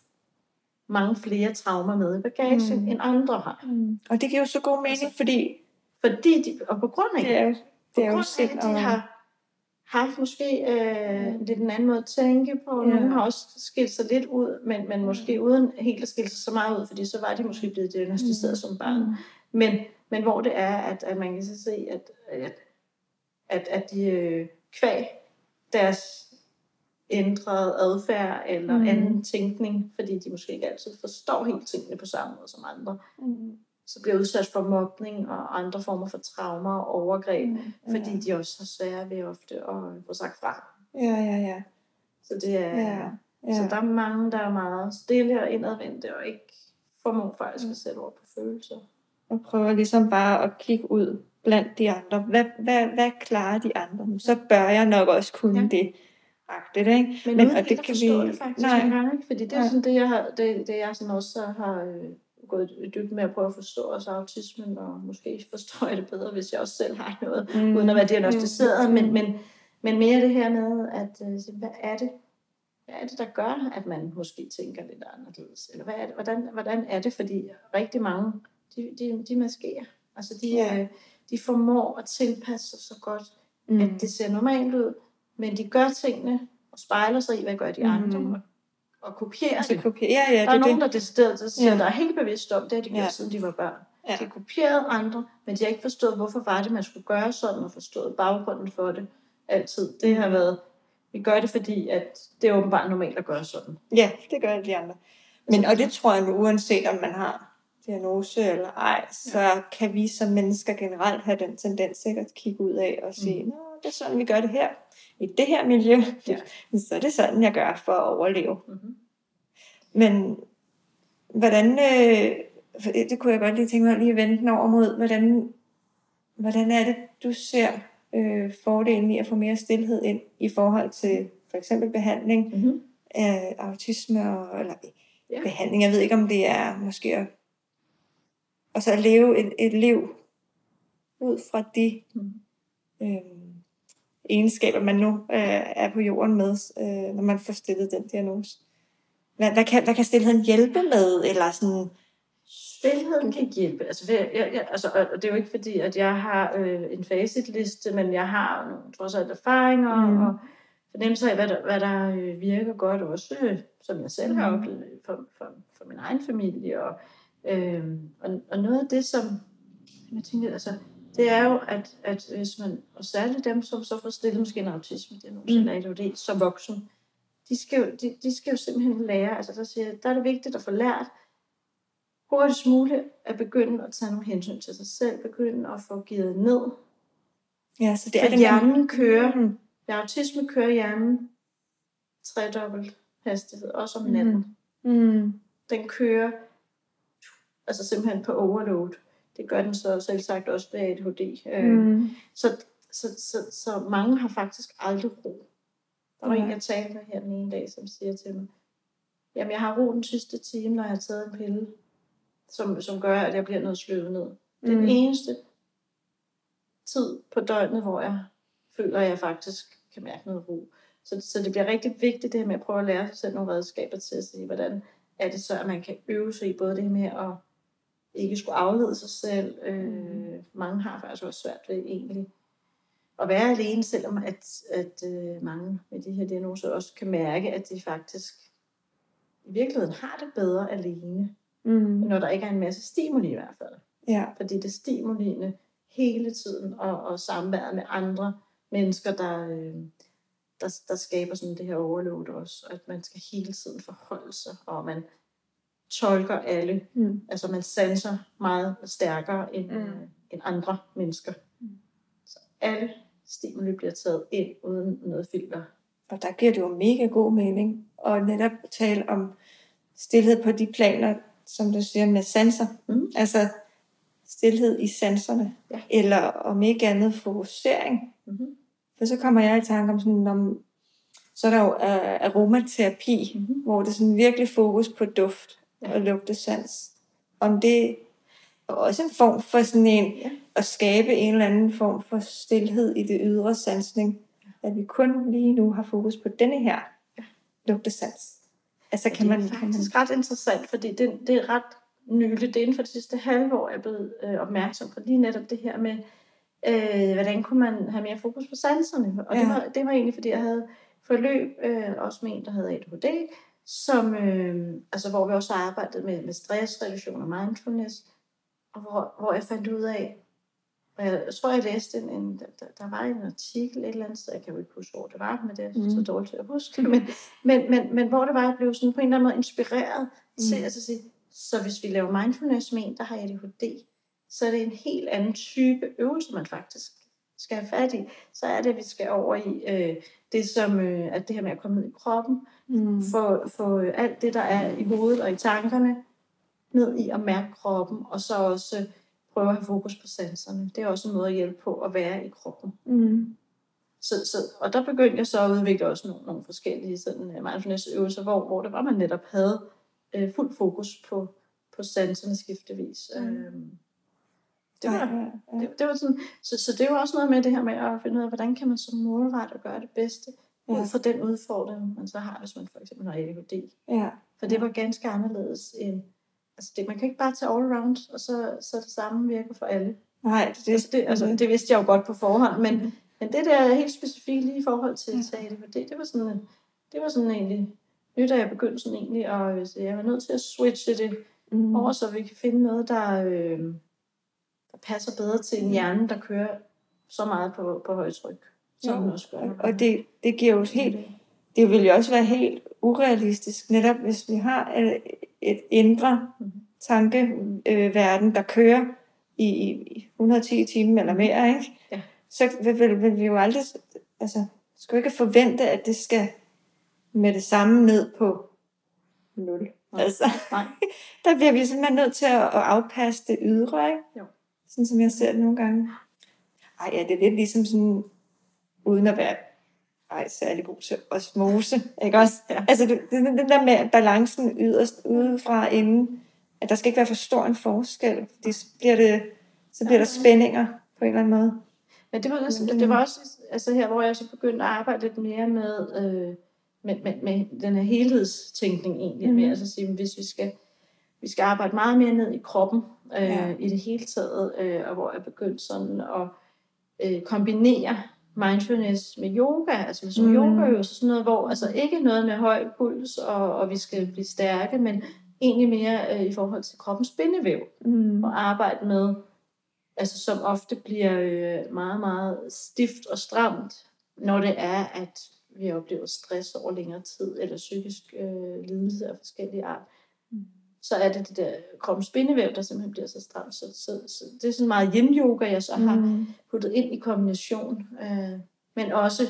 mange flere traumer med i bagagen, mm. end andre har. Mm. Og det giver jo så god mening, altså, fordi... Fordi de, og på grund af det, er, det er på jo grund af, at de har haft måske øh, lidt en anden måde at tænke på. Ja. Nogle har også skilt sig lidt ud, men, men måske uden helt at skille sig så meget ud, fordi så var de måske blevet diagnosticeret mm. som barn. Mm. Men, men hvor det er, at, at man kan så se, at, at, at, at de øh, kvæg deres ændrede adfærd eller mm. anden tænkning, fordi de måske ikke altid forstår helt tingene på samme måde som andre, mm. så bliver udsat for mobning og andre former for traumer og overgreb, mm, ja. fordi de også har svære ved ofte at få sagt fra. Ja, ja, ja. Så det er, ja, ja. Så der er mange, der er meget stille og indadvendte og ikke formår faktisk at sætte ord på følelser. Og prøver ligesom bare at kigge ud blandt de andre. Hvad, hvad, hvad klarer de andre? Så bør jeg nok også kunne ja. det. Agtigt, ikke? Men, Men uden og det kan vi det faktisk nej. Gang, ikke? Fordi det er sådan det jeg har, det, det jeg sådan også har øh, gået i dybden med at prøve at forstå også autismen, og måske forstår jeg det bedre, hvis jeg også selv har noget, mm. uden at være diagnosticeret, mm. men, men, men mere det her med, at øh, hvad er det, hvad er det, der gør, at man måske tænker lidt anderledes, eller hvad er det, hvordan, hvordan er det, fordi rigtig mange, de, de, de maskerer, altså de, ja. øh, de formår at tilpasse sig så godt, mm. at det ser normalt ud, men de gør tingene og spejler sig i, hvad gør de andre, mm. og, og kopierer altså, det. Kopier, ja, ja, der er det, nogen, det. der decideret, der siger, ja. der er helt bevidst om, det har de gjort, ja. siden de var børn. Ja. De har kopieret andre, men de har ikke forstået, hvorfor var det, man skulle gøre sådan, og forstået baggrunden for det altid. Det har været, vi gør det, fordi at det er åbenbart normalt at gøre sådan. Ja, det gør de andre. Men, og det tror jeg nu, uanset om man har diagnose eller ej, så ja. kan vi som mennesker generelt have den tendens ikke, at kigge ud af og sige, mm. nå, det er sådan, vi gør det her. I det her miljø, ja. så er det sådan, jeg gør for at overleve. Mm-hmm. Men hvordan, øh, det kunne jeg godt lige tænke mig lige at vende den over mod, hvordan, hvordan er det, du ser øh, fordelen i at få mere stilhed ind i forhold til for eksempel behandling Mm-hmm. af autisme, og, eller Ja. behandling, jeg ved ikke om det er måske at, og så at leve et, et liv ud fra de Mm. øh, egenskaber, man nu øh, er på jorden med, øh, når man får stillet den diagnose. Hvad, hvad, kan, hvad kan stilheden hjælpe med, eller sådan... Stilheden kan hjælpe. Altså, det, jeg, jeg, altså, og det er jo ikke fordi, at jeg har øh, en facitliste, men jeg har nogle trods alt erfaringer Mm. og fornemmelse af, hvad der, hvad der øh, virker godt også, øh, som jeg selv har Mm. oplevet for, for, for min egen familie. Og, øh, og, og noget af det, som jeg tænker, altså, det er jo, at, at hvis man, og særligt dem, som så får stillet måske en autisme, det er nogen, Mm. A D H D, som voksen, de skal, jo, de, de skal jo simpelthen lære, altså der, siger, der er det vigtigt at få lært, hurtigst muligt at begynde at tage nogle hensyn til sig selv, begynde at få givet ned. Ja, så det For er det, hjernen kører, Mm. ved autisme kører hjernen tredobbelt hastighed, også om natten. Mm. Den kører altså simpelthen på overload. Det gør den så selv sagt også ved A D H D. Mm. Så, så, så, så mange har faktisk aldrig ro. Der var Ja. en, jeg talte med her den ene dag, som siger til mig, jamen jeg har ro den sidste time, når jeg har taget en pille, som, som gør, at jeg bliver noget sløvet ned. Det er Mm. den eneste tid på døgnet, hvor jeg føler, at jeg faktisk kan mærke noget ro. Så, så det bliver rigtig vigtigt, det her med at prøve at lære sig selv nogle redskaber til at sige, hvordan er det så, at man kan øve sig i både det med at ikke skulle aflede sig selv. Øh, mange har faktisk også svært ved egentlig at være alene, selvom at, at øh, mange med de her diagnoser også kan mærke, at de faktisk i virkeligheden har det bedre alene, Mm. når der ikke er en masse stimuli i hvert fald. Ja. Fordi det er stimuliene hele tiden, og, og samværet med andre mennesker, der, øh, der, der skaber sådan det her overload også, at man skal hele tiden forholde sig, og man tolker alle, Mm. altså man sanser meget stærkere end, Mm. øh, end andre mennesker. Mm. Så alle stimuli bliver taget ind uden noget filter. Og der giver det jo mega god mening at netop tale om stilhed på de planer, som du siger, med sanser. Mm. Altså stilhed i sanserne. Ja. Eller om ikke andet fokusering. Mm-hmm. For så kommer jeg i tanke om sådan, om, så er der jo uh, aromaterapi, Mm-hmm. hvor det er sådan virkelig fokus på duft Ja. og lugtesans. Om det er også en form for sådan en, Ja. at skabe en eller anden form for stilhed i det ydre sansning. At vi kun lige nu har fokus på denne her lugtesans. Altså kan det man... er Kan man faktisk ret interessant, fordi det, det er ret nyligt. Det er inden for det sidste halve år, jeg er blevet øh, opmærksom på lige netop det her med, øh, hvordan kunne man have mere fokus på sanserne. Og Ja. det, var, det var egentlig, fordi jeg havde forløb, øh, også med en, der havde A D H D, som, øh, altså, hvor vi også arbejdede med, med stressreduktion og mindfulness, og hvor, hvor jeg fandt ud af, og jeg, jeg tror, jeg læste en, en der, der var en artikel et eller andet sted, jeg kan jo ikke huske, hvor det var, men det er Mm. så dårligt til at huske, men, men, men, men hvor det var, jeg blev sådan på en eller anden måde inspireret til Mm. at sige, så hvis vi laver mindfulness med en, der har A D H D, så er det en helt anden type øvelse, man faktisk skal have fat i. Så er det, at vi skal over i øh, det, som øh, at det her med at komme ned i kroppen, Mm. få, få alt det, der er i hovedet og i tankerne, ned i at mærke kroppen, og så også prøve at have fokus på sanserne. Det er også en måde at hjælpe på at være i kroppen. Mm. Så, så, og der begyndte jeg så at udvikle også nogle, nogle forskellige sådan, uh, mindfulness-øvelser, hvor, hvor det var, man netop havde uh, fuld fokus på, på sanserne skiftevis. Mm. Øhm, det, Ja, var, ja, ja. det, det var sådan, så, så det var også noget med det her med at finde ud af, hvordan kan man så målrette og gøre det bedste, Ja. ud fra den udfordring, man så har, hvis man for eksempel har A D H D. Ja. For det var ganske anderledes end, altså det, man kan ikke bare tage all around, og så, så det samme virker for alle. Nej, det, Det, altså det, altså, det vidste jeg jo godt på forhånd, men, Mm. men det der helt specifikt lige i forhold til, Ja. til A D H D, det var sådan, det var sådan egentlig nyt, at jeg begyndte sådan egentlig at sige, jeg var nødt til at switche det Mm. over, så vi kan finde noget, der, øh, der passer bedre til en hjerne, der kører så meget på, på højtryk, som den Jo, også gør. og, og det, det giver jo helt, det vil jo også være helt urealistisk, netop hvis vi har et, et indre Mhm. tankeverden, der kører i, i i hundrede og ti timer eller mere, ikke? Ja. Så vil, vil, vil vi jo aldrig, altså, skal jo ikke forvente, at det skal med det samme ned på nul. Nej. Altså, Nej. der bliver vi simpelthen nødt til at, at afpasse det ydre, ikke? Jo. Sådan som jeg ser det nogle gange. Ej, ja, det er lidt ligesom sådan, uden at være ej, særlig god til osmose, ikke også? Ja. Altså, det, det, den der med balancen yderst, udefra inden, at der skal ikke være for stor en forskel, fordi så bliver, det, så bliver der spændinger på en eller anden måde. Men det var også, det var også altså her, hvor jeg så begyndte at arbejde lidt mere med, øh, med, med, med den her helhedstænkning egentlig, mm. med altså at sige, hvis vi skal, vi skal arbejde meget mere ned i kroppen, øh, ja. i det hele taget, øh, og hvor jeg begyndte sådan at øh, kombinere mindfulness med yoga, altså som mm. yogaøvelser, sådan noget, hvor altså ikke noget med høj puls, og, og vi skal blive stærke, men egentlig mere øh, i forhold til kroppens bindevæv, mm. og arbejde med, altså som ofte bliver øh, meget, meget stift og stramt, når det er, at vi oplever stress over længere tid, eller psykisk øh, lidelse af forskellige art. Mm. Så er det det der kroppens bindevæv, der simpelthen bliver så stramt. Så, så, så det er sådan meget yin-yoga, jeg så har mm. puttet ind i kombination. Øh, men også,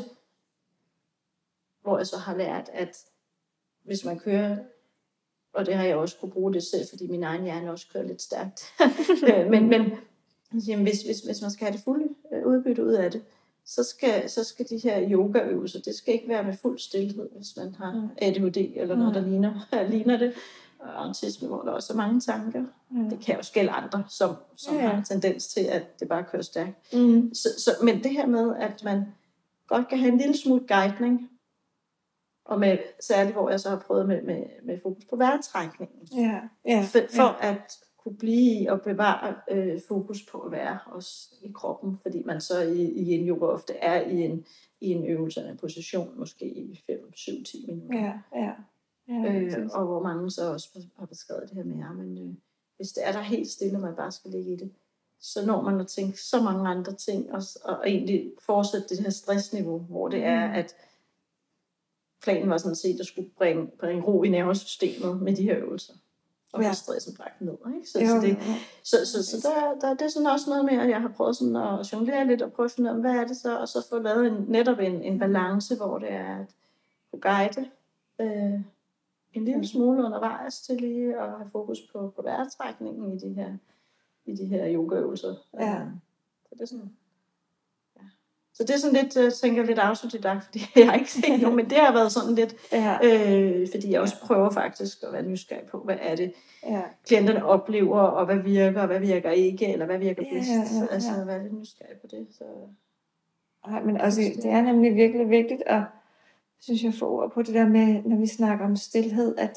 hvor jeg så har lært, at hvis man kører, og det har jeg også kunne bruge det selv, fordi min egen hjerne også kører lidt stærkt. men men jamen, hvis, hvis, hvis man skal have det fulde udbytte ud af det, så skal, så skal de her yogaøvelser, det skal ikke være med fuld stilhed, hvis man har A D H D eller noget, der ligner, ligner det. Og autisme, hvor der også er mange tanker. Mm. Det kan jo skælde andre, som, som ja. har en tendens til, at det bare kører stærkt. Mm. Så, så, men det her med, at man godt kan have en lille smule guidning, og med, særligt hvor jeg så har prøvet med, med, med fokus på vejrtrækningen, ja. Ja. for, for ja. at kunne blive og bevare øh, fokus på at være også i kroppen, fordi man så i, i en yoga ofte er i en, i en øvelse af en position, måske i fem, syv, ti minutter. Ja, ja. Ja, øh, og hvor mange så også har beskrevet det her med jer, men øh, hvis det er der helt stille, og man bare skal ligge i det, så når man at tænke så mange andre ting, og, og egentlig fortsætte det her stressniveau, hvor det er, at planen var sådan set, at skulle bringe, bringe ro i nervesystemet med de her øvelser, og få ja. stressen bragt ned. Ikke? Så, jo, så, det, så, så, så, så der, der, det er sådan også noget med, at jeg har prøvet sådan at jonglere lidt, og prøve at finde ud af, hvad er det så, og så få lavet en, netop en, en balance, hvor det er at kunne guide, øh, en lille smule undervejs til lige at have fokus på, på vejrtrækningen i de her, i de her yogaøvelser. Ja. Så det er sådan, ja. Så det er sådan lidt, jeg tænker lidt autodidakt, fordi jeg har ikke set jo, men det har været sådan lidt, ja. øh, fordi jeg også prøver faktisk at være nysgerrig på, hvad er det, ja. klienterne oplever, og hvad virker, og hvad virker ikke, eller hvad virker bedst. Ja, ja, ja. Altså, hvad er det nysgerrig på det. Så. Nej, men også, det er nemlig virkelig vigtigt at, synes jeg, får ord på det der med, når vi snakker om stilhed, at,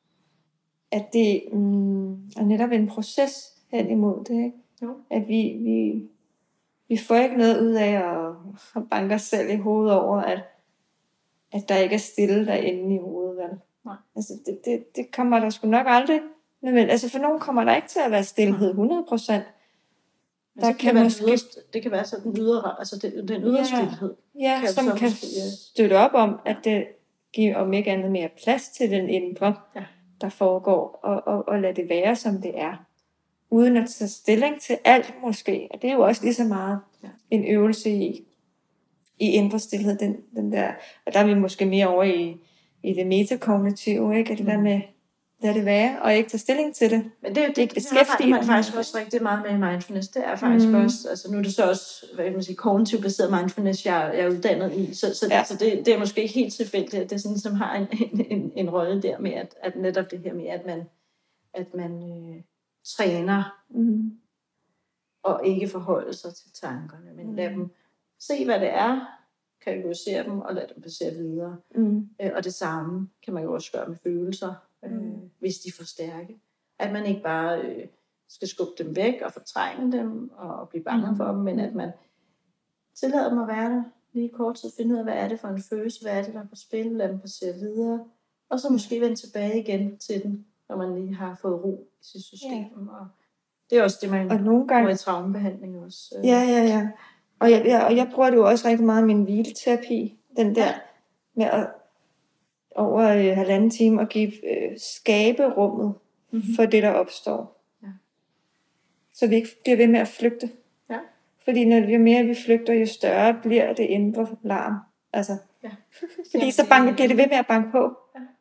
at det mm, er netop en proces hen imod det, ikke? Jo. At vi, vi, vi får ikke noget ud af at, at banke os selv i hovedet over, at, at der ikke er stille derinde i hovedet, vel? Nej. Altså, det, det, det kommer der sgu nok aldrig. Men, altså, for nogen kommer der ikke til at være stillhed hundrede procent. Der kan, kan måske... ydre, det kan være sådan den ydre, altså den, den ydre ja, stilhed. Ja, kan som kan måske, ja. støtte op om, at det giver om ikke andet mere plads til den indre, ja. der foregår, og, og, og lade det være, som det er. Uden at tage stilling til alt måske. Og det er jo også lige så meget ja. en øvelse i, i indre stilhed. Den, den der, og der er vi måske mere over i, i det metakognitive, ikke? Det mm. der med lad det være, og ikke tage stilling til det. Men det, det, det beskæftiger man faktisk også rigtig meget med i mindfulness. Det er faktisk mm. også, altså nu er det så også, hvad kan man sige, kognitivt baseret mindfulness, jeg, jeg er uddannet i. Så, så, ja. så det, det er måske ikke helt tilfældigt, at det sådan, som har en, en, en rolle der med, at, at netop det her med, at man, at man øh, træner, mm. og ikke forholde sig til tankerne, men mm. lad dem se, hvad det er, kategorisere dem, og lade dem passere videre. Mm. Øh, og det samme kan man jo også gøre med følelser. Mm. Øh, hvis de er for stærke. At man ikke bare øh, skal skubbe dem væk og fortrænge dem og blive bange mm. for dem, men at man tillader dem at være der lige kort tid, finde ud af, hvad er det for en følelse, hvad er det, der er på spil, lad dem passere videre, og så måske vende tilbage igen til den, når man lige har fået ro i sit system. Yeah. Og det er også det, man bruger i traumebehandling også. Øh. Ja, ja, ja. Og jeg, jeg, og jeg bruger det jo også rigtig meget i min hvileterapi, den der ja. med at over øh, halvanden time og give øh, skabe rummet mm-hmm. for det, der opstår. Ja. Så vi ikke bliver ved med at flygte. Ja. Fordi når jo mere vi flygter, jo større bliver det indre larm. Altså, ja. Fordi så banker, bliver det ved med at banke på. Ja.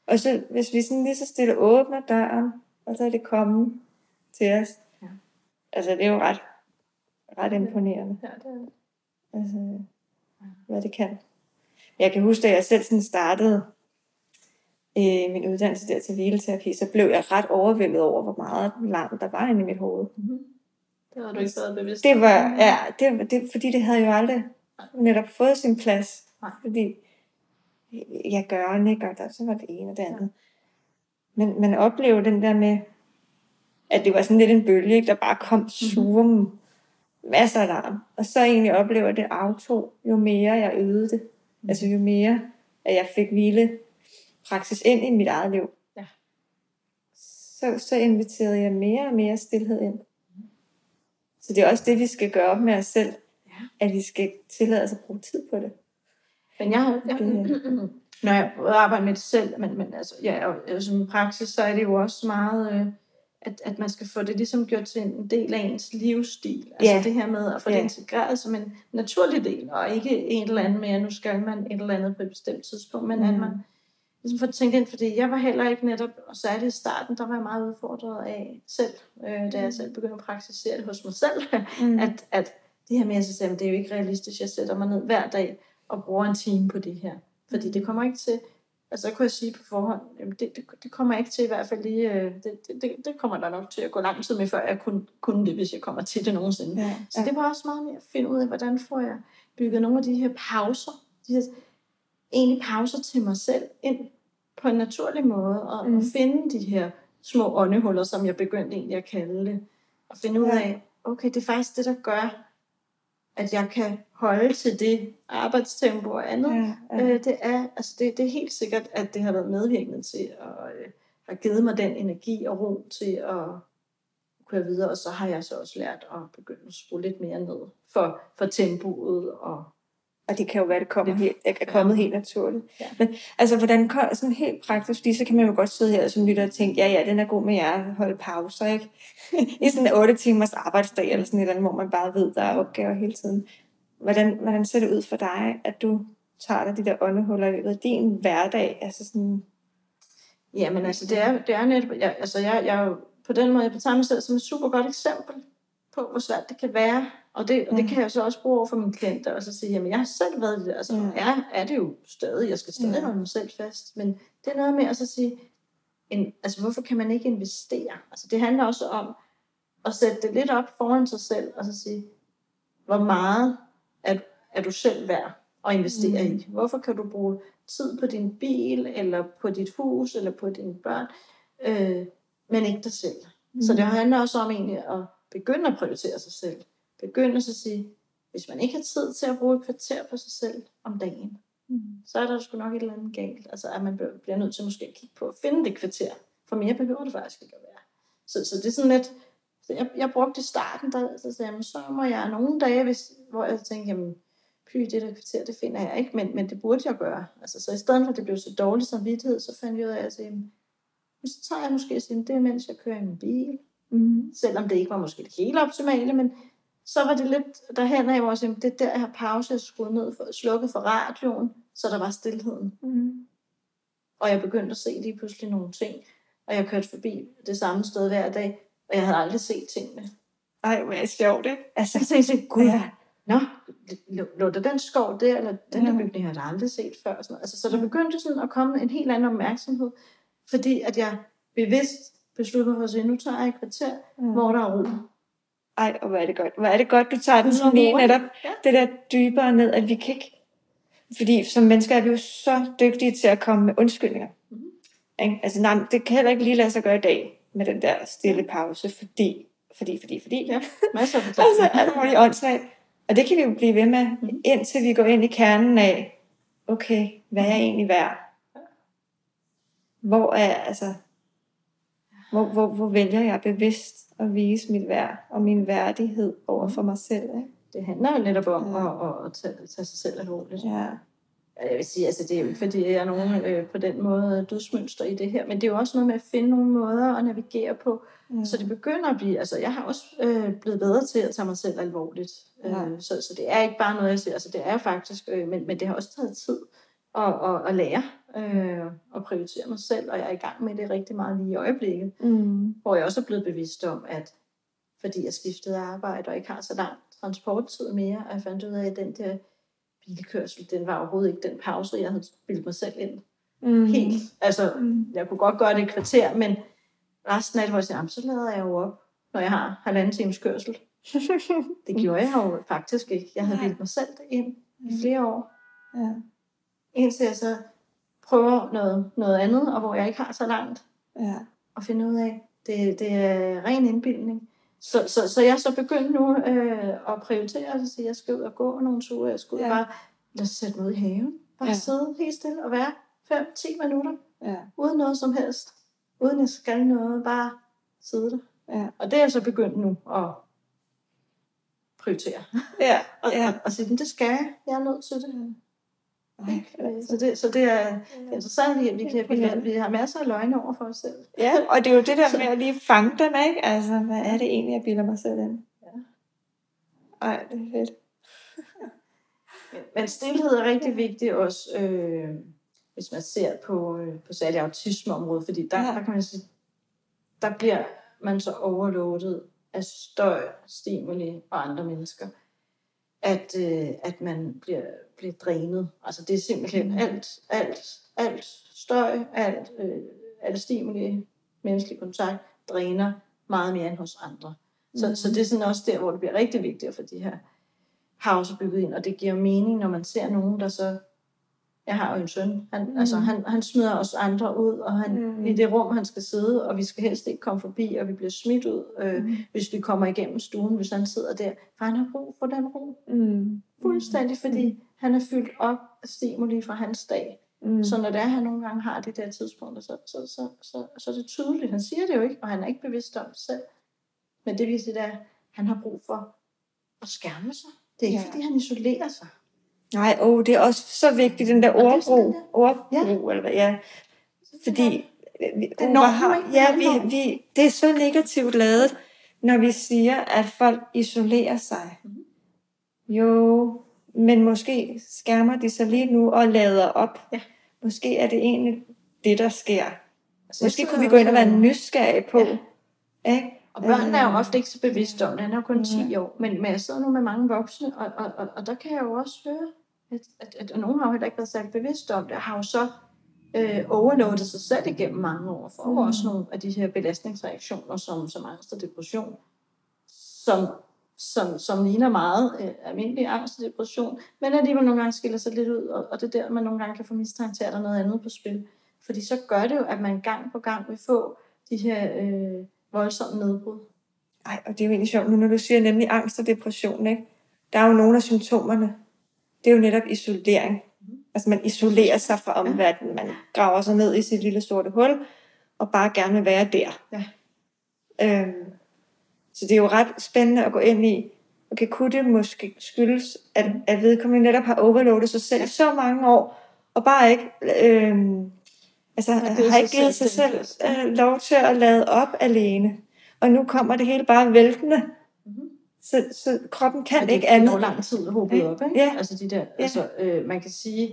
Og så, hvis vi sådan lige så stille åbner døren, og så er det kommet til os. Ja. Altså, det er jo ret, ret imponerende. Ja, det er det. Altså, hvad det kan. Jeg kan huske, da jeg selv sådan startede øh, min uddannelse der til hvileterapi, så blev jeg ret overvældet over, hvor meget larm der var inde i mit hoved. Mm-hmm. Det var du ikke været bevidst. Det var, ja, det, var, det, fordi det havde jo aldrig netop fået sin plads. Nej. Fordi jeg gør det, ikke, og der, så var det ene og det andet. Men man oplever den der med, at det var sådan lidt en bølge, ikke, der bare kom surm, mm-hmm. masser af larm. Og så egentlig oplever det aftog, jo mere jeg øvede det. Mm. Altså jo mere, at jeg fik hvile praksis ind i mit eget liv. Ja. Så, så inviterede jeg mere og mere stilhed ind. Mm. Så det er også det, vi skal gøre op med os selv. Ja. At vi skal tillade os at bruge tid på det. Men jeg, jeg det, når jeg arbejder med det selv, men, men altså, ja, og som praksis, så er det jo også meget, øh, at, at man skal få det ligesom gjort til en del af ens livsstil. Altså ja. Det her med at få ja. det integreret som en naturlig del, og ikke en eller anden med, at nu skal man et eller andet på et bestemt tidspunkt, men mm. at man ligesom får tænkt ind, fordi jeg var heller ikke netop, og særligt i starten, der var jeg meget udfordret af selv, øh, da jeg selv begyndte at praktisere det hos mig selv, mm. at, at det her med at sige, at det er jo ikke realistisk, jeg sætter mig ned hver dag og bruger en time på det her. Fordi det kommer ikke til, altså så kunne jeg sige på forhånd, det, det, det kommer ikke til i hvert fald lige, det, det, det kommer der nok til at gå lang tid med, før jeg kunne, kunne det, hvis jeg kommer til det nogensinde. Ja, ja. Så det var også meget mere at finde ud af, hvordan får jeg bygget nogle af de her pauser, de her egentlig pauser til mig selv ind på en naturlig måde, og, mm. og finde de her små åndehuller, som jeg begyndte egentlig at kalde det, og finde ud af, okay, det er faktisk det, der gør, at jeg kan holde til det arbejdstempo og andet. Ja, ja. Øh, det, er, altså det, det er helt sikkert, at det har været medvirkende til, at øh, har givet mig den energi og ro til at køre videre. Og så har jeg så også lært at begynde at skrue lidt mere ned for, for tempoet. Og, og det kan jo være, det kommer helt, er kommet helt naturligt. Ja. Men altså, hvordan sådan helt praktisk, fordi så kan man jo godt sidde her som lytter og tænke, ja, ja, den er god med jer at holde pauser, ikke? I sådan en otte timers arbejdsdag, eller sådan et eller andet, hvor man bare ved, der er opgaver hele tiden. Hvordan, hvordan ser det ud for dig, at du tager dig de der åndehuller i løbet af din hverdag? Altså sådan... Jamen altså, det er, det er netop, jeg, altså jeg, jeg er jo på den måde, jeg betager mig selv som et super godt eksempel på, hvor svært det kan være. Og det, og det kan jeg så også bruge over for mine klienter, og så sige, jamen jeg har selv været i det, altså ja. er, er det jo stadig, jeg skal stadig ja. holde mig selv fast, men det er noget med at så sige, en, altså hvorfor kan man ikke investere? Altså det handler også om at sætte det lidt op foran sig selv, og så sige, hvor meget er, er du selv værd at investere mm. i? Hvorfor kan du bruge tid på din bil, eller på dit hus, eller på dine børn, øh, men ikke dig selv? Mm. Så det handler også om egentlig at begynde at prioritere sig selv. Begynde at sige, hvis man ikke har tid til at bruge et kvarter på sig selv om dagen, mm. så er der sgu nok et eller andet galt. Altså at man bliver nødt til måske at kigge på at finde det kvarter, for mere behøver det faktisk ikke at være. Så, så det er sådan lidt, så jeg, jeg brugte i starten, der så sagde jeg, så må jeg nogle dage, hvis, hvor jeg tænkte, jamen, py, det der kvarter, det finder jeg ikke, men, men det burde jeg gøre. Altså, så i stedet for, at det blev så dårlig samvittighed, så fandt jeg ud af at sige, så tager jeg måske at sige, det er, mens jeg kører i min bil, mm. selvom det ikke var måske det hele optimale, men så var det lidt derhen af, hvor jeg sagde, det er der, jeg har pause, jeg skruede ned for, slukket for radioen, så der var stilheden. Mm. Og jeg begyndte at se lige pludselig nogle ting, og jeg kørte forbi det samme sted hver dag, og jeg havde aldrig set tingene. Ej, hvor er det sjovt, ikke? Altså, så jeg tænkte, gud, ja. Nå, lå der den skov der, eller den der bygning, jeg havde aldrig set før. Sådan noget. Altså, så der begyndte sådan at komme en helt anden opmærksomhed, fordi at jeg bevidst besluttede mig for at sige, nu tager jeg et kvarter, ja. hvor der er ro. Ej, og hvor er det godt. Hvor er det godt, du tager den sådan lige netop, ja. det der dybere ned, at vi kan ikke... Fordi som mennesker er vi jo så dygtige til at komme med undskyldninger. Mm-hmm. Altså, nej, det kan heller ikke lige lade sig gøre i dag, med den der stille pause, fordi, fordi, fordi, fordi. Ja, masser af forklaring. Altså, alt muligt åndssvagt. Og det kan vi jo blive ved med, mm-hmm. indtil vi går ind i kernen af, okay, hvad er jeg egentlig værd? Hvor er, altså... Hvor, hvor, hvor vælger jeg bevidst at vise mit værd og min værdighed over for mig selv? Ikke? Det handler jo netop om ja. at, at, at tage, tage sig selv alvorligt. Ja. Jeg vil sige, altså det er jo ikke fordi, jeg er nogen øh, på den måde dødsmønster i det her, men det er jo også noget med at finde nogle måder at navigere på, ja. så det begynder at blive, altså jeg har også øh, blevet bedre til at tage mig selv alvorligt. Ja. Øh, så, så det er ikke bare noget, jeg siger, altså det er faktisk, øh, men, men det har også taget tid at, at, at lære. øh, at prioritere mig selv, og jeg er i gang med det rigtig meget lige i øjeblikket, Mm. hvor jeg også er blevet bevidst om, at fordi jeg skiftede arbejde, og ikke har så lang transporttid mere, og jeg fandt ud af, at den der bilkørsel, den var overhovedet ikke den pause, jeg havde bildet mig selv ind. Mm. Helt. Altså, Mm. jeg kunne godt gøre det i kvarter, men resten af det, hvor jeg siger, så lader jeg jo op, når jeg har halvanden times kørsel. Det gjorde jeg jo faktisk ikke. Jeg havde bildet mig selv ind i flere år. Ja. Indtil jeg så prøver noget, noget andet, og hvor jeg ikke har så langt, Ja. og finde ud af, det, det er ren indbildning. Så, så, så jeg er så begyndt nu øh, at prioritere, og sige, jeg skal ud og gå nogle ture, jeg skal ud Ja. og bare lade os sætte mig ud i haven. Bare Ja. sidde helt stille og være fem til ti minutter, Ja. uden noget som helst. Uden jeg skal noget, bare sidde der. Ja. Og det er jeg så begyndt nu at prioritere. Ja. Og, Ja. og, og sige, det skal jeg. Jeg er nødt til det. Ej, Så det, så det er interessant, at vi, vi, kan, vi, vi har masser af løgne over for os selv. Ja, og det er jo det der med at lige fange dem, ikke? Altså, hvad er det egentlig, jeg bilder mig selv ind? Ja. Ej, det er fedt. Men stillhed er rigtig vigtigt også, øh, hvis man ser på, øh, på særligt autismeområdet, fordi der, Ja. der kan man sige, der bliver man så overloadet af støj, stimuli og andre mennesker, at, øh, at man bliver, bliver drænet. Altså det er simpelthen Mm. alt, alt, alt støj, alt, øh, alt stimuli, menneskelig kontakt, dræner meget mere end hos andre. Så, Mm. så det er sådan også der, hvor det bliver rigtig vigtigt at få de her hause bygget ind, og det giver mening, når man ser nogen, der så, jeg har jo en søn, han, Mm. altså, han, han smider os andre ud, og han, Mm. i det rum, han skal sidde, og vi skal helst ikke komme forbi, og vi bliver smidt ud, øh, Mm. hvis vi kommer igennem stuen, hvis han sidder der, for han har brug for den ro, Mm. fuldstændig, fordi han er fyldt op af stimuli fra hans dag. Mm. Så når det er, han nogle gange har de der tidspunkter, så, så, så, så, så er det tydeligt. Han siger det jo ikke, og han er ikke bevidst om det selv. Men det viser det, at han har brug for at skærme sig. Det er ikke, Ja. fordi han isolerer sig. Nej, åh, det er også så vigtigt, den der Og det er sådan ordbrug. det. Ordbrug, Ja. eller hvad, ja. Fordi, vi, er uh, normen, hvor har, ikke? ja, Det er vi, vi, det er så negativt lavet, når vi siger, at folk isolerer sig. Mhm. Jo, men måske skærmer de sig lige nu og lader op. Ja. Måske er det egentlig det, der sker. Altså, Måske jeg kunne vi sidder gå ind og også- være nysgerrige på. Ja. Ikke? Og børnene er jo Øh, ofte ikke så bevidste om det. Han er jo kun ti Ja. år. Men, men jeg sidder nu med mange voksne, og, og, og, og der kan jeg jo også høre, at, at, at og nogen har jo heller ikke været særlig bevidste om det, og har jo så øh, overloadet sig selv igennem mange år, for Mm. også nogle af de her belastningsreaktioner, som, som angst og depression, som, som, som ligner meget øh, almindelig angst og depression, men alligevel nogle gange skiller sig lidt ud, og, og det er der, man nogle gange kan få mistanke til, at der er noget andet på spil. Fordi så gør det jo, at man gang på gang vil få de her øh, voldsomme nedbrud. Ej, og det er jo egentlig sjovt nu, når du siger nemlig angst og depression, ikke? Der er jo nogle af symptomerne. Det er jo netop isolering. Mhm. Altså man isolerer sig fra omverdenen. Man graver sig ned i sit lille sorte hul, og bare gerne vil være der. Ja. Øhm, så det er jo ret spændende at gå ind i, okay, kunne det måske skyldes, at, at vedkommende netop har overloadet sig selv i så mange år, og bare ikke, øhm, altså Har givet har ikke sig givet selv sig den selv plads. øh, lov til at lade op alene. Og nu kommer det hele bare væltende. Mm-hmm. Så, så kroppen kan Og det ikke er andet. over lang tid hobet op, ikke? Ja. Altså de der, altså øh, man kan sige,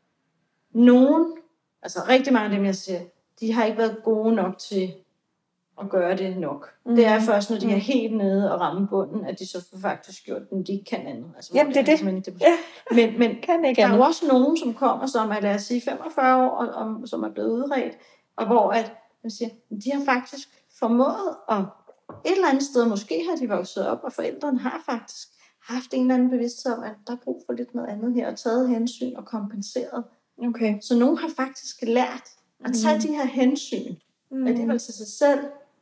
nogen, altså rigtig mange af dem, jeg ser, de har ikke været gode nok til at gøre det nok. Mhm. Det er først, når de er Mhm. helt nede og rammer bunden, at de så får faktisk gjort den, de ikke kan andet. Altså, hvor Jamen, det er det. simpelthen Ja. Men, men Kan ikke der er jo andet. også nogen, som kommer, som er, lad os sige, femogfyrre år, og, og, som er blevet udredt, og hvor at, man siger, de har faktisk formået at et eller andet sted, måske har de vokset op, og forældrene har faktisk haft en eller anden bevidsthed om, at der er brug for lidt noget andet her, og taget hensyn og kompenseret. Okay. Så nogen har faktisk lært at tage Mhm. de her hensyn, Mm. alligevel til sig selv,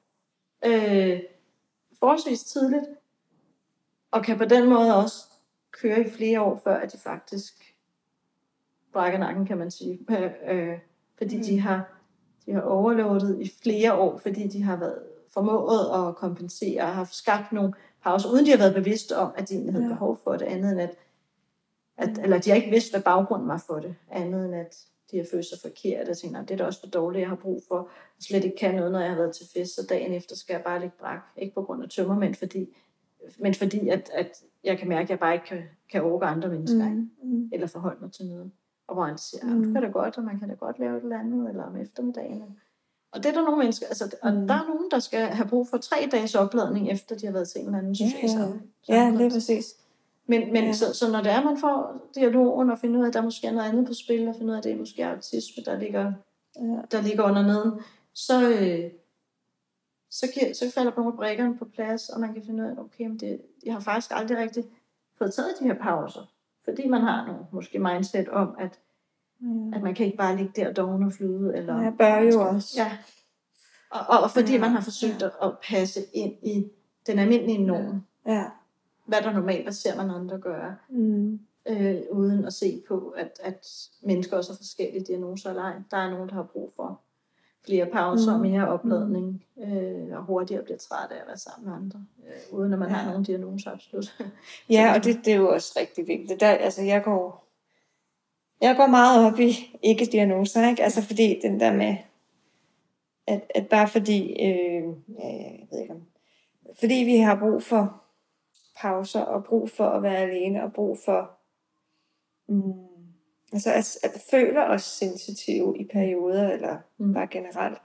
øh, forholdsvis tidligt, og kan på den måde også køre i flere år, før at de faktisk brækker nakken, kan man sige. Øh, øh, fordi Mm. de har, de har overloadet i flere år, fordi de har været formået at kompensere og har skabt nogle pauser, uden de har været bevidste om, at de egentlig havde Ja. behov for det, andet end at, at Mm. eller de har ikke vidst, hvad baggrunden var for det, andet end at de har følt sig forkert, og tænkt, det er da også for dårligt, jeg har brug for, at slet ikke kan noget, når jeg har været til fest, så dagen efter skal jeg bare ligge brak, ikke på grund af tømmer, men fordi, men fordi at, at jeg kan mærke, at jeg bare ikke kan, kan overgå andre mennesker, ikke? Mm. Mm. Eller forholde mig til noget. og hvor han siger, mm. du kan da godt, og man kan da godt lave et eller andet, eller om eftermiddagen. Og det er der nogle mennesker, altså, og mm. der er nogen, der skal have brug for tre dages opladning, efter de har været til en eller anden social ja, sammen. Ja, det er præcis. Men, men ja. så, så når det er, man får dialogen, og finder ud af, at der måske er noget andet på spil, og finder ud af, at det er måske autisme, der ligger, ja. der ligger under neden, så, øh, så, kan, så falder nogle af brækkerne på plads, og man kan finde ud af, okay, men det, jeg har faktisk aldrig rigtig fået taget de her pauser, fordi man har nogle måske mindset om, at, mm. at man kan ikke bare ligge der og dogne og flyde. Eller, ja, bør jo også. Ja. Og, og, og fordi ja. man har forsøgt ja. at passe ind i den almindelige norm. Ja. Ja. Hvad der normalt, hvad ser man andre gøre, mm. øh, uden at se på, at, at mennesker også har forskellige diagnoser eller ej. Der er nogen, der har brug for flere pauser, mm. mere opladning, øh, og hurtigere bliver træt af at være sammen med andre, øh, uden at man ja. har nogen diagnoser, absolut. Ja, og det, det er jo også rigtig vigtigt. Der, altså, jeg går, jeg går meget op i ikke-diagnoser, ikke? Altså, fordi den der med, at, at bare fordi, øh, ja, jeg ved ikke om, fordi vi har brug for pauser, og brug for at være alene, og brug for, mm, altså at, at føle os sensitive i perioder, eller mm. bare generelt,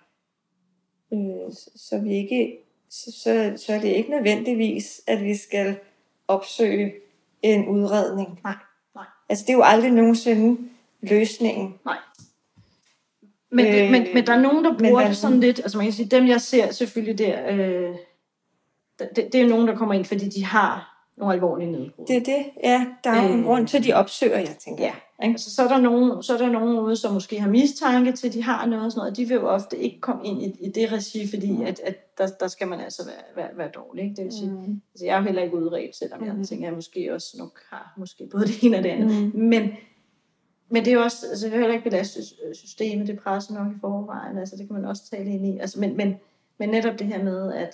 øh, så vi ikke, så, så, så er det ikke nødvendigvis, at vi skal opsøge en udredning. Nej, nej. Altså det er jo aldrig nogensinde løsningen. Nej. Men, øh, det, men, men der er nogen, der bruger det sådan lidt, altså man kan sige, dem jeg ser selvfølgelig der, øh, det, det er jo nogen, der kommer ind, fordi de har nogle alvorlige nedbrud. Det er det, ja. Der er jo øh, en grund til, at de opsøger, jeg tænker. Ja, altså, så, er der nogen, så er der nogen ude, som måske har mistanke til, at de har noget og sådan noget, og de vil jo ofte ikke komme ind i, i det regi, fordi mm. at, at der, der skal man altså være, være, være dårlig. Ikke? Det vil sige, mm. altså, jeg er jo heller ikke udredt, selvom jeg mm. tænker, at jeg måske også nok har måske både det ene og det andet. Mm. Men, men det er jo også, altså det er heller ikke belastet systemet, det presser nok i forvejen, altså det kan man også tale ind i. Altså, men, men, men netop det her med, at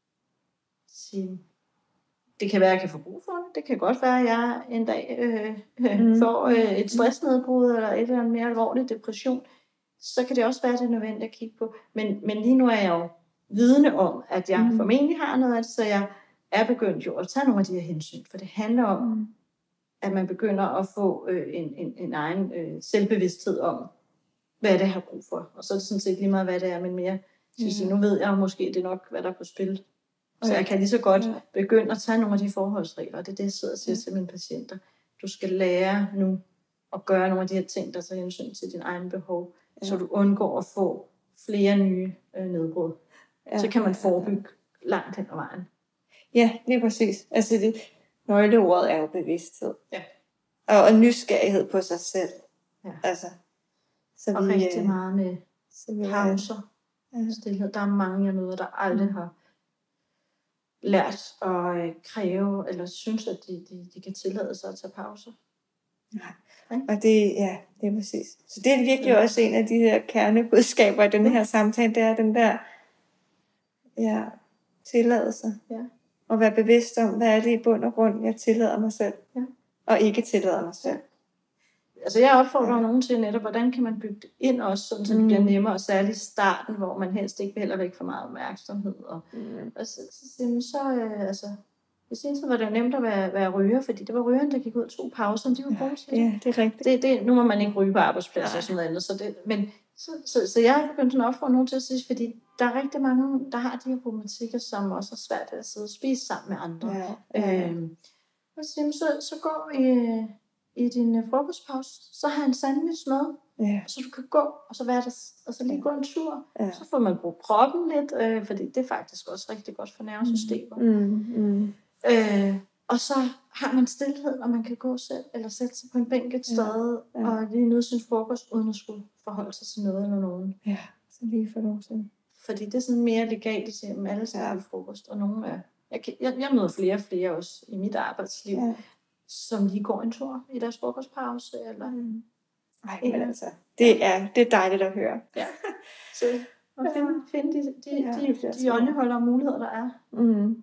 sige, det kan være, at jeg kan få brug for det. Det kan godt være, at jeg en dag øh, mm. får øh, et stressnedbrud eller et eller andet mere alvorligt depression. Så kan det også være, at det er nødvendigt at kigge på. Men, men lige nu er jeg jo vidne om, at jeg mm. formentlig har noget af det, så jeg er begyndt jo at tage nogle af de her hensyn. For det handler om, mm. at man begynder at få øh, en, en, en egen øh, selvbevidsthed om, hvad det har brug for. Og så er det sådan set lige meget, hvad det er, men mere mm. sige, nu ved jeg måske, det er nok, hvad der er på spil. Så jeg kan lige så godt ja. begynde at tage nogle af de forholdsregler. Det er det, jeg sidder og siger ja. til mine patienter. Du skal lære nu at gøre nogle af de her ting, der tager hensyn til dine egne behov, ja. så du undgår at få flere nye øh, nedbrud. Ja. Så kan man forebygge ja. langt hen ad vejen. Ja, lige præcis. Altså det, nøgleordet er jo bevidsthed. Ja. Og, og nysgerrighed på sig selv. Ja. Altså, så og vi, rigtig meget med pauser. Ja. Stilhed. Der er mange, jeg møder, der aldrig mm. har lært at kræve, eller synes, at de, de, de kan tillade sig at tage pauser. Nej. Og det, ja, det er præcis. Så det er virkelig ja. også en af de her kernebudskaber i den her samtale, det er den der, ja, tilladelse. Ja. Og være bevidst om, hvad er det i bund og grund, jeg tillader mig selv, ja. og ikke tillader mig selv. Altså jeg opfordrer ja. nogen til netop, hvordan kan man bygge det ind også, sådan, så det mm. bliver nemmere, og særligt i starten, hvor man helst ikke vil heller væk for meget opmærksomhed. Og, mm. og så, så, så, så øh, altså, i sin tid var det jo nemt at være, være ryger, fordi det var rygeren, der gik ud og tog pausen, de var gode til. Ja, det er rigtigt. Det, det, nu må man ikke ryge på arbejdspladser og sådan noget andet, så det, men så, så, så jeg har begyndt at opfordre nogen til at sige, fordi der er rigtig mange, der har de her problematikker, som også er svært at sidde og spise sammen med andre. Ja, ja. Øhm, og så, så, så går i i din frokostpause, så har en sandwich med, ja. så du kan gå, og så være der, og så lige ja. gå en tur. Ja. Så får man brugt kroppen lidt, øh, fordi det er faktisk også rigtig godt for nervesystemet. Mm. Mm. Øh, og så har man stilhed, og man kan gå selv, eller sætte sig på en bænk et sted, ja. Ja. og lige nyde sin frokost, uden at skulle forholde sig til noget eller nogen. Ja, så lige for lov til. Fordi det er sådan mere legalt at sige, at alle skal ja. have frokost, og nogen er... Jeg, jeg, jeg møder flere og flere også i mit arbejdsliv, ja. som lige går en tur i deres frokostpause, eller... Mm. Ej, men altså, det er, det er dejligt at høre. Ja. Så at finde, finde de, de, ja, de, de, de åndeholder og muligheder, der er. Mm.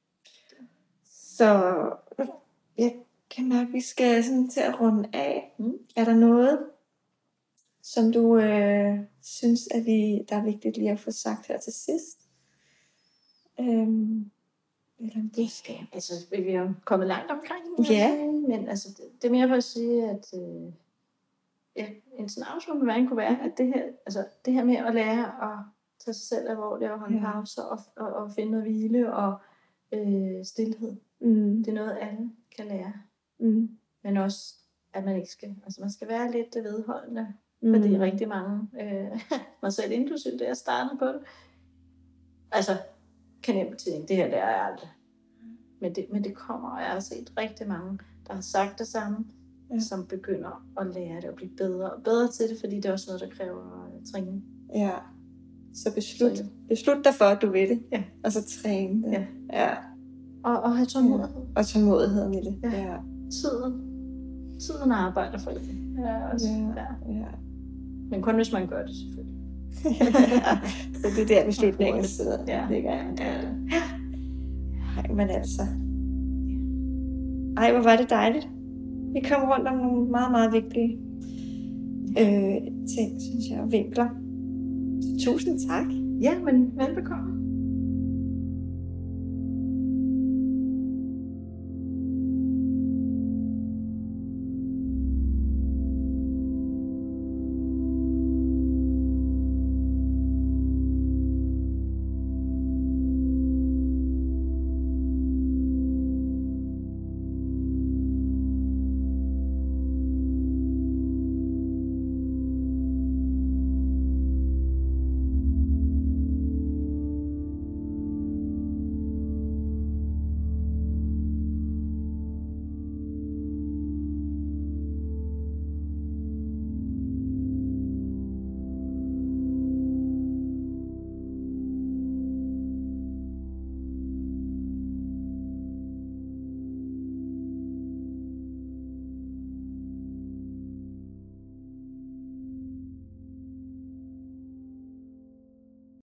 Så jeg kan mærke, at vi skal sådan til at runde af. Mm. Er der noget, som du øh, synes, at vi, der er vigtigt lige at få sagt her til sidst? Øhm, eller en budskab? Altså, vi er jo kommet langt omkring. Ja. Men altså, det, det er mere for at sige, at... Øh, ja, en sådan afslutning kunne være, at det her, altså, det her med at lære at tage sig selv alvorligt og holde Ja. pauser og, og, og finde noget hvile og øh, stillhed. Mm. Det er noget, alle kan lære. Mm. Men også, at man ikke skal, altså man skal være lidt vedholdende, Mm. fordi rigtig mange, øh, mig selv inklusive, da jeg startede på det, altså, kan nemt tænke, det her lærer jeg aldrig. Men det, men det kommer, og jeg har set rigtig mange, der har sagt det samme, ja. Som begynder at lære det og blive bedre og bedre til det, fordi det er også noget, der kræver uh, træning. Ja, så beslut, så, beslut dig for, at du vil det, ja. Og så træne det. Ja. Ja. Og, og have tålmodighed. Ja. Og tålmodigheden i det. Ja. Ja. Tiden. Tiden arbejder for det. Ja, også. Ja. Ja. Ja. Men kun hvis man gør det, selvfølgelig. Så det er der beslutningen sidder. Ja. Det gør jeg. Ja. Ej, men altså. Ej, hvor var det dejligt. Vi kom rundt om nogle meget, meget vigtige øh, ting, synes jeg, og vinkler. Så tusind tak. Ja, men velbekomme.